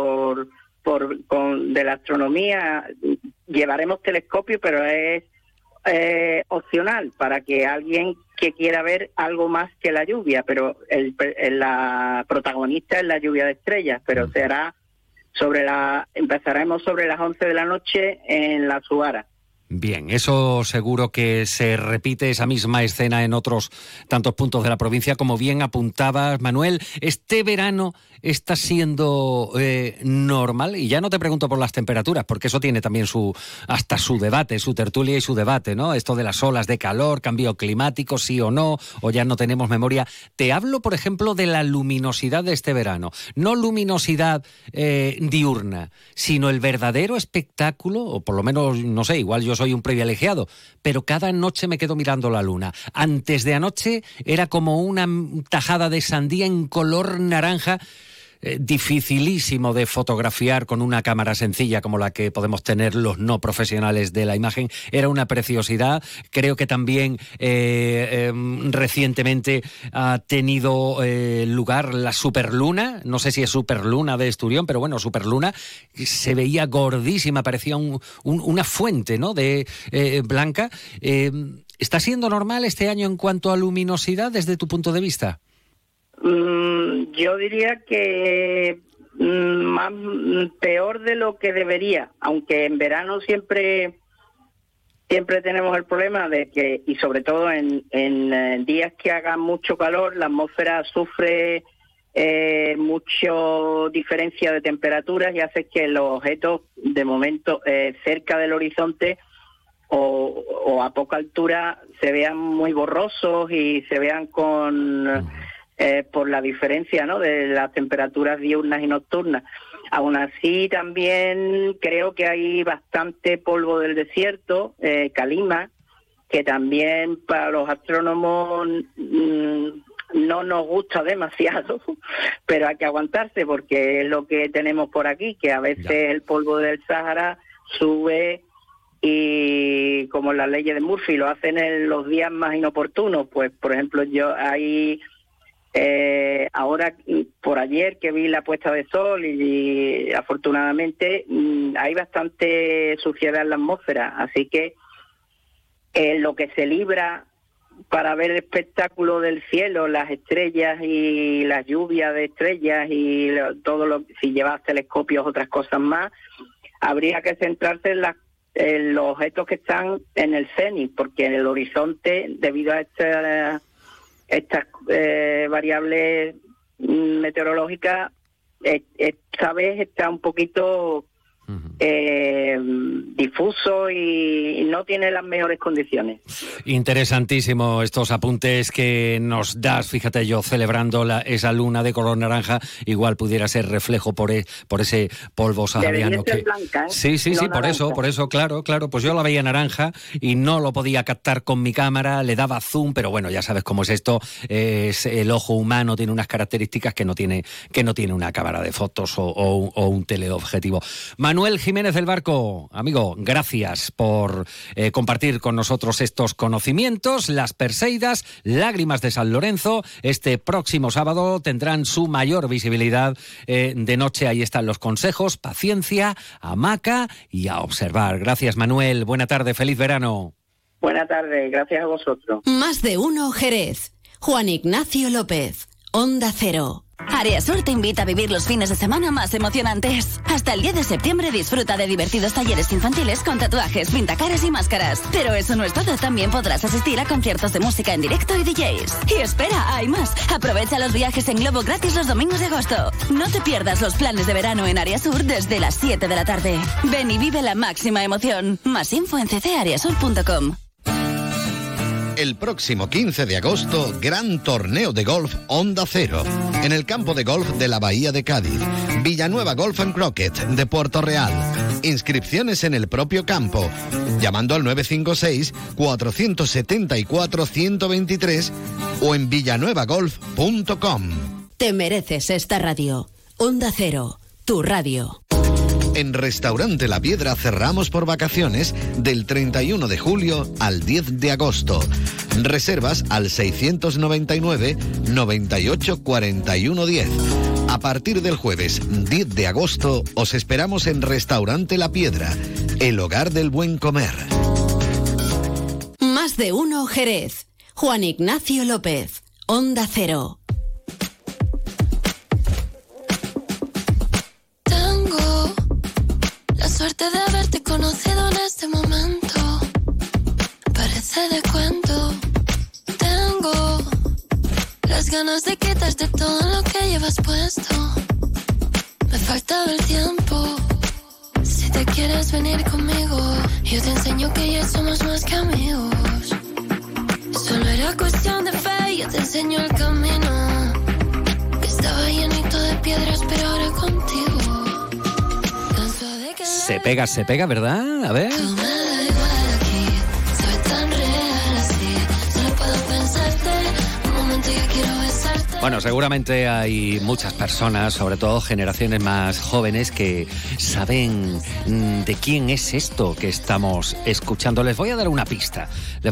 de la astronomía. Llevaremos telescopio, pero es opcional para que alguien que quiera ver algo más que la lluvia, pero la protagonista es la lluvia de estrellas, pero será empezaremos sobre las 11 de la noche en La Suara. Bien, eso seguro que se repite esa misma escena en otros tantos puntos de la provincia, como bien apuntabas, Manuel. Este verano está siendo normal, y ya no te pregunto por las temperaturas, porque eso tiene también hasta su debate, su tertulia y su debate, ¿no? Esto de las olas de calor, cambio climático, sí o no, o ya no tenemos memoria. Te hablo, por ejemplo, de la luminosidad de este verano. No luminosidad diurna, sino el verdadero espectáculo, o por lo menos, no sé, igual yo soy un privilegiado, pero cada noche me quedo mirando la luna. Antes de anoche era como una tajada de sandía en color naranja, dificilísimo de fotografiar con una cámara sencilla como la que podemos tener los no profesionales de la imagen. Era una preciosidad. Creo que también recientemente ha tenido lugar la superluna, no sé si es superluna de Esturión, pero bueno, superluna, se veía gordísima, parecía una fuente, ¿no?, de blanca. ¿Está siendo normal este año en cuanto a luminosidad desde tu punto de vista? Yo diría que peor de lo que debería, aunque en verano siempre tenemos el problema de que, y sobre todo en días que haga mucho calor, la atmósfera sufre mucho diferencia de temperaturas y hace que los objetos de momento cerca del horizonte o a poca altura se vean muy borrosos y se vean por la diferencia, ¿no?, de las temperaturas diurnas y nocturnas. Aún así, también creo que hay bastante polvo del desierto, calima, que también para los astrónomos no nos gusta demasiado, pero hay que aguantarse porque es lo que tenemos por aquí, que a veces el polvo del Sáhara sube y, como las leyes de Murphy, lo hacen en los días más inoportunos. Pues, por ejemplo, ahora, por ayer que vi la puesta de sol y afortunadamente hay bastante suciedad en la atmósfera, así que lo que se libra para ver el espectáculo del cielo, las estrellas y las lluvias de estrellas y si llevas telescopios, otras cosas más, habría que centrarse en los objetos que están en el cenit, porque en el horizonte, debido a estas variables meteorológicas, esta vez está un poquito difuso y no tiene las mejores condiciones. Interesantísimo estos apuntes que nos das. Fíjate, yo celebrando esa luna de color naranja, igual pudiera ser reflejo por ese polvo sahariano. Debería ser blanca, ¿eh? Sí, No naranja. por eso, claro. Pues yo la veía naranja y no lo podía captar con mi cámara, le daba zoom, pero bueno, ya sabes cómo es esto. El ojo humano tiene unas características que no tiene una cámara de fotos o un teleobjetivo. Manuel Jiménez del Barco, amigo, gracias por compartir con nosotros estos conocimientos. Las Perseidas, Lágrimas de San Lorenzo, este próximo sábado tendrán su mayor visibilidad de noche. Ahí están los consejos, paciencia, hamaca y a observar. Gracias, Manuel. Buena tarde, feliz verano. Buena tarde, gracias a vosotros. Más de uno Jerez. Juan Ignacio López, Onda Cero. Área Sur te invita a vivir los fines de semana más emocionantes. Hasta el 10 de septiembre disfruta de divertidos talleres infantiles con tatuajes, pintacaras y máscaras. Pero eso no es todo, también podrás asistir a conciertos de música en directo y DJs. Y espera, hay más. Aprovecha los viajes en globo gratis los domingos de agosto. No te pierdas los planes de verano en Área Sur desde las 7 de la tarde. Ven y vive la máxima emoción. Más info en ccareasur.com. El próximo 15 de agosto, gran torneo de golf Onda Cero, en el campo de golf de la Bahía de Cádiz. Villanueva Golf & Croquet de Puerto Real. Inscripciones en el propio campo, llamando al 956-474-123 o en villanuevagolf.com. Te mereces esta radio. Onda Cero, tu radio. En Restaurante La Piedra cerramos por vacaciones del 31 de julio al 10 de agosto. Reservas al 699 98 41 10. A partir del jueves 10 de agosto os esperamos en Restaurante La Piedra, el hogar del buen comer. Más de uno Jerez. Juan Ignacio López, Onda Cero. Suerte de haberte conocido en este momento. Parece de cuento. Tengo las ganas de quitarte todo lo que llevas puesto. Me faltaba el tiempo. Si te quieres venir conmigo, yo te enseño que ya somos más que amigos. Solo era cuestión de fe, yo te enseño el camino. Que estaba llenito de piedras, pero ahora contigo. Se pega, ¿verdad? A ver. Bueno, seguramente hay muchas personas, sobre todo generaciones más jóvenes, que saben de quién es esto que estamos escuchando. Les voy a dar una pista.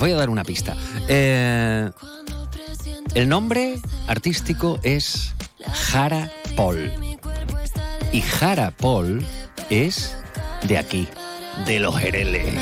El nombre artístico es Jara Paul. Y Jara Paul es de aquí, de los Jereles.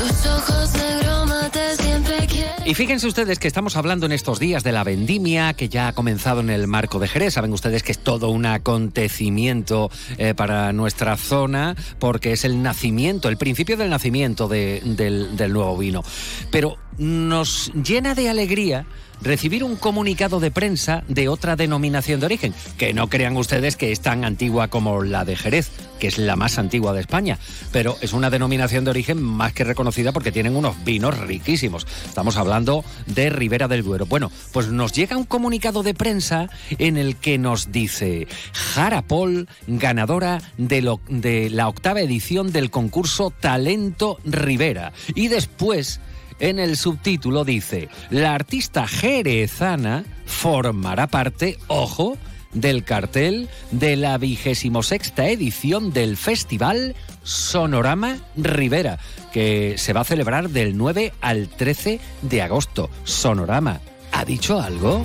Y fíjense ustedes que estamos hablando en estos días de la vendimia que ya ha comenzado en el marco de Jerez. Saben ustedes que es todo un acontecimiento para nuestra zona, porque es el principio del nacimiento del nuevo vino. Pero nos llena de alegría recibir un comunicado de prensa de otra denominación de origen, que no crean ustedes que es tan antigua como la de Jerez, que es la más antigua de España, pero es una denominación de origen más que reconocida porque tienen unos vinos riquísimos. Estamos hablando de Ribera del Duero. Bueno, pues nos llega un comunicado de prensa en el que nos dice: Jara Paul, ganadora de la 8ª edición del concurso Talento Ribera. Y después, en el subtítulo dice: la artista jerezana formará parte, ojo, del cartel de la 26ª edición del Festival Sonorama Ribera, que se va a celebrar del 9 al 13 de agosto. Sonorama, ¿ha dicho algo?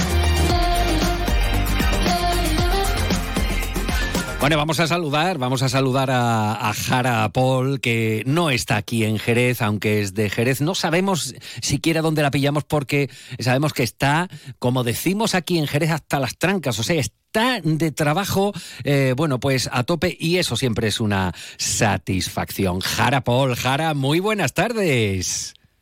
Bueno, vamos a saludar a Jara Paul, que no está aquí en Jerez, aunque es de Jerez. No sabemos siquiera dónde la pillamos porque sabemos que está, como decimos aquí en Jerez, hasta las trancas, o sea, está de trabajo, bueno, pues a tope, y eso siempre es una satisfacción. Jara Paul, Jara, muy buenas tardes.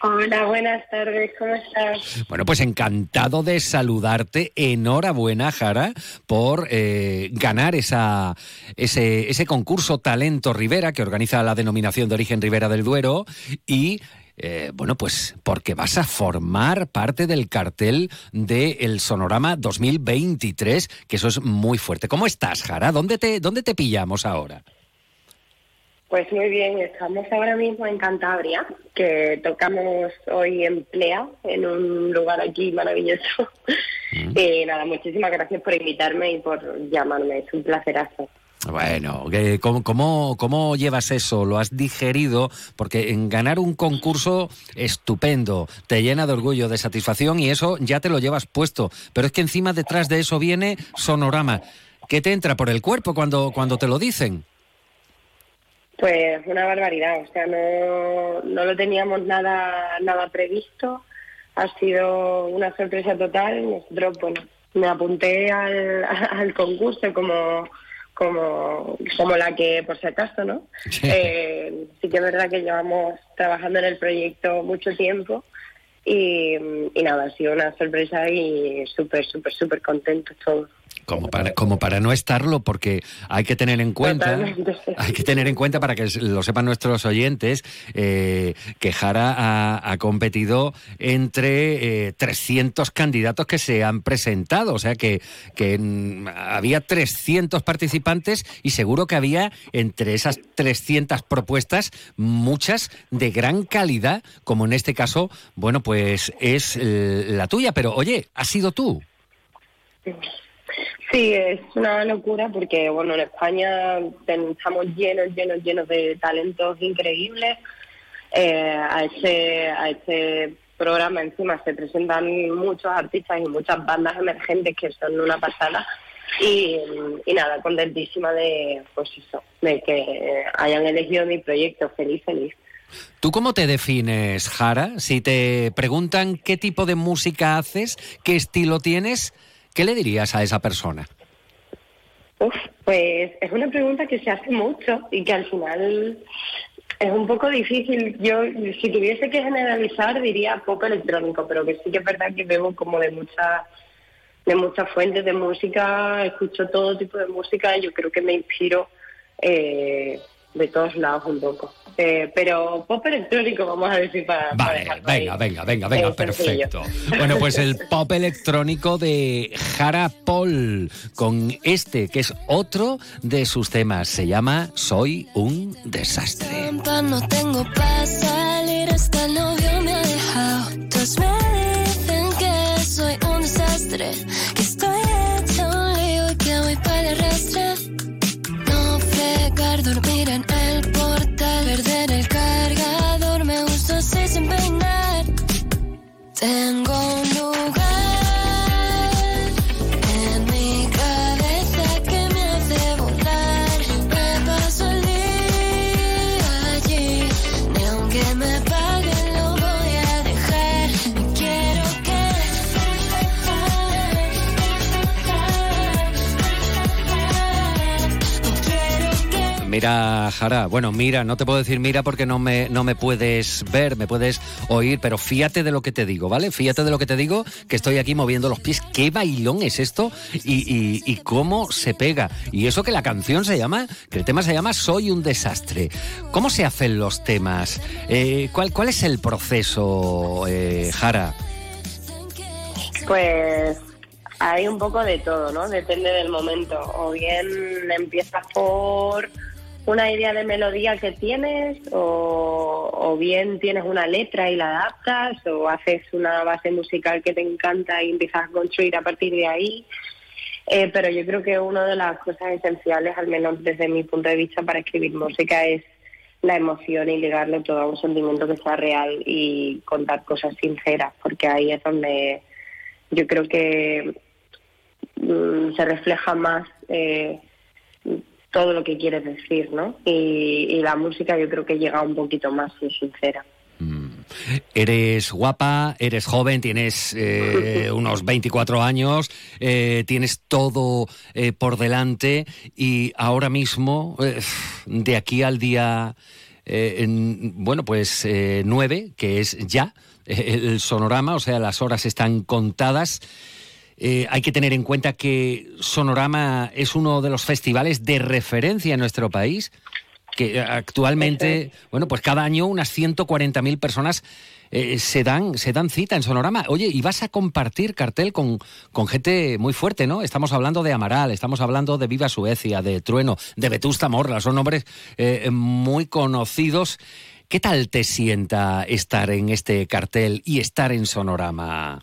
Hola, buenas tardes, ¿cómo estás? Bueno, pues encantado de saludarte. Enhorabuena, Jara, por ganar ese concurso Talento Ribera que organiza la denominación de origen Ribera del Duero y... bueno, pues porque vas a formar parte del cartel del Sonorama 2023, que eso es muy fuerte. ¿Cómo estás, Jara? ¿Dónde te pillamos ahora? Pues muy bien, estamos ahora mismo en Cantabria, que tocamos hoy en Plea, en un lugar aquí maravilloso. Y nada, muchísimas gracias por invitarme y por llamarme, es un placerazo. Bueno, ¿cómo llevas eso? ¿Lo has digerido? Porque en ganar un concurso estupendo, te llena de orgullo, de satisfacción y eso ya te lo llevas puesto. Pero es que encima detrás de eso viene Sonorama. ¿Qué te entra por el cuerpo cuando te lo dicen? Pues una barbaridad, o sea, no lo teníamos nada previsto. Ha sido una sorpresa total. Nosotros, bueno, me apunté al concurso como la que, por si acaso, ¿no? Sí que es verdad que llevamos trabajando en el proyecto mucho tiempo y nada, ha sido una sorpresa y súper contentos todos. Como para no estarlo, porque hay que tener en cuenta, para que lo sepan nuestros oyentes, que Jara ha competido entre 300 candidatos que se han presentado, o sea que había 300 participantes y seguro que había entre esas 300 propuestas muchas de gran calidad, como en este caso, bueno, pues es la tuya, pero oye, ¿has sido tú? Sí, es una locura porque, bueno, en España estamos llenos de talentos increíbles. A este programa encima se presentan muchos artistas y muchas bandas emergentes que son una pasada. Y nada, contentísima de que hayan elegido mi proyecto. Feliz. ¿Tú cómo te defines, Jara? Si te preguntan qué tipo de música haces, qué estilo tienes, ¿qué le dirías a esa persona? Pues es una pregunta que se hace mucho y que al final es un poco difícil. Yo, si tuviese que generalizar, diría pop electrónico, pero que sí que es verdad que bebo como de muchas fuentes de música, escucho todo tipo de música y yo creo que me inspiro de todos lados un poco. Pero pop electrónico, vamos a decir, para venga, perfecto. Bueno, pues el pop electrónico de Jara Paul, con este, que es otro de sus temas, se llama Soy un desastre. No tengo para salir, hasta el novio me ha dejado. Todos me dicen que soy un desastre, que estoy hecha un lío y que voy para el arrastre. No fregar, dormir en el portal, perder el cargador, me gusta así sin peinar. Tengo un lugar en mi cabeza que me hace volar. Me paso el día allí, ni aunque me paguen lo voy a dejar. Me quiero Mira, Jara, bueno, mira, no te puedo decir mira porque no me puedes ver, me puedes oír, pero fíjate de lo que te digo, ¿vale? Fíjate de lo que te digo, que estoy aquí moviendo los pies. ¿Qué bailón es esto? Y cómo se pega. Y eso que la canción que el tema se llama Soy un desastre. ¿Cómo se hacen los temas? ¿Cuál es el proceso, Jara? Pues hay un poco de todo, ¿no? Depende del momento. O bien empiezas por una idea de melodía que tienes, o bien tienes una letra y la adaptas, o haces una base musical que te encanta y empiezas a construir a partir de ahí. Pero yo creo que una de las cosas esenciales, al menos desde mi punto de vista, para escribir música es la emoción y ligarlo todo a un sentimiento que sea real y contar cosas sinceras, porque ahí es donde yo creo que se refleja más todo lo que quieres decir, ¿no? Y la música yo creo que llega un poquito más sincera. Eres guapa, eres joven, tienes unos 24 años, tienes todo por delante y ahora mismo, de aquí al día bueno, pues 9, que es ya el Sonorama, o sea, las horas están contadas. Hay que tener en cuenta que Sonorama es uno de los festivales de referencia en nuestro país, que actualmente, bueno, pues cada año unas 140.000 personas se dan cita en Sonorama. Oye, y vas a compartir cartel con gente muy fuerte, ¿no? Estamos hablando de Amaral, estamos hablando de Viva Suecia, de Trueno, de Vetusta Morla, son nombres muy conocidos. ¿Qué tal te sienta estar en este cartel y estar en Sonorama?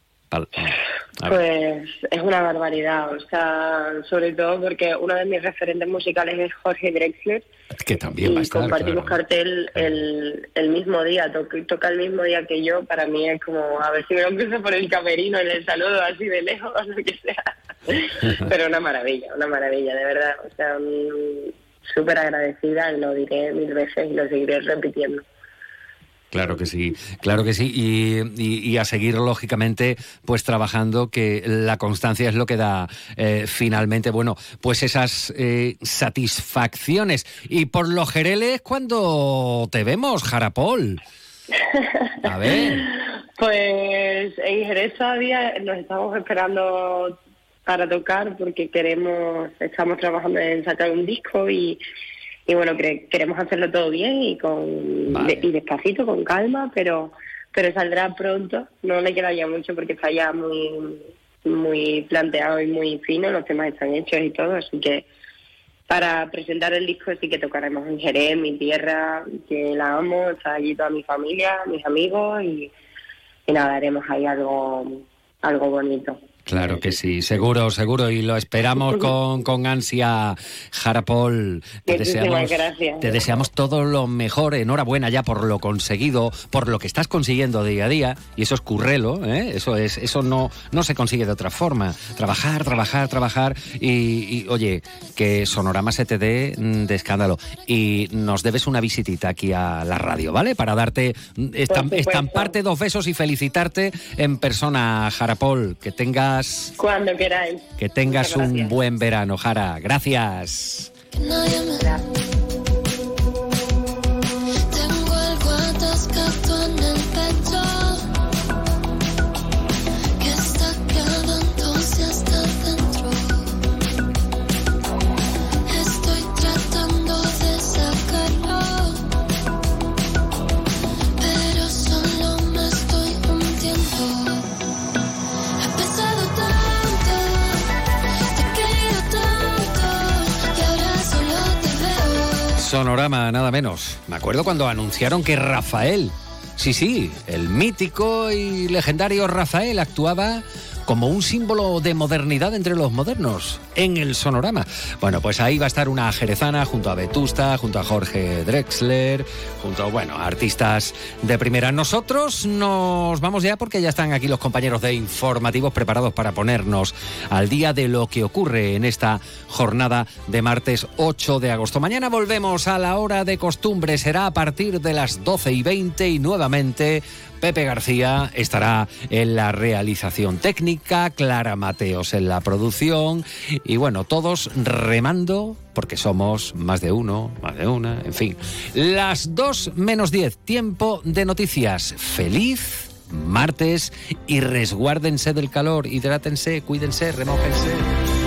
Pues es una barbaridad, o sea, sobre todo porque uno de mis referentes musicales es Jorge Drexler, que también va a estar, compartimos cartel el mismo día, toca el mismo día que yo. Para mí es como a ver si me lo cruzo por el camerino y le saludo así de lejos o lo que sea. Pero una maravilla, de verdad, o sea, súper agradecida, y lo diré 1000 veces y lo seguiré repitiendo. Claro que sí, y a seguir lógicamente pues trabajando, que la constancia es lo que da finalmente, bueno, pues esas satisfacciones. Y por los Jereles, ¿cuándo te vemos, Jarapol? A ver. Pues en Jerez todavía nos estamos esperando para tocar, porque estamos trabajando en sacar un disco y bueno, queremos hacerlo todo bien y y despacito, con calma, pero saldrá pronto. No le queda ya mucho porque está ya muy planteado y muy fino, los temas están hechos y todo, así que para presentar el disco sí que tocaremos en Jerez, mi tierra, que la amo, está allí toda mi familia, mis amigos y nada, haremos ahí algo bonito. Claro que sí, seguro, y lo esperamos con ansia, Jarapol. Te deseamos todo lo mejor, enhorabuena ya por lo conseguido, por lo que estás consiguiendo día a día, y eso es currelo, eso no se consigue de otra forma. Trabajar, y oye, que Sonorama se te dé de escándalo. Y nos debes una visitita aquí a la radio, ¿vale? Para darte, estamparte 2 besos y felicitarte en persona, Jarapol. Que tengas... Cuando queráis. Que tengas un buen verano, Jara. Gracias. Tengo algo atascado en el pecho que está quedándose hasta dentro. Estoy tratando de sacarlo, pero solo me estoy hundiendo. Sonorama, nada menos. Me acuerdo cuando anunciaron que Rafael, sí, el mítico y legendario Rafael, actuaba como un símbolo de modernidad entre los modernos en el Sonorama. Bueno, pues ahí va a estar una jerezana junto a Vetusta, junto a Jorge Drexler, junto a artistas de primera. Nosotros nos vamos ya porque ya están aquí los compañeros de informativos preparados para ponernos al día de lo que ocurre en esta jornada de martes 8 de agosto. Mañana volvemos a la hora de costumbre, será a partir de las 12:20 y nuevamente Pepe García estará en la realización técnica, Clara Mateos en la producción y bueno, todos remando porque somos más de uno, más de una, en fin. Las 2:10, tiempo de noticias. Feliz martes y resguárdense del calor, hidrátense, cuídense, remójense.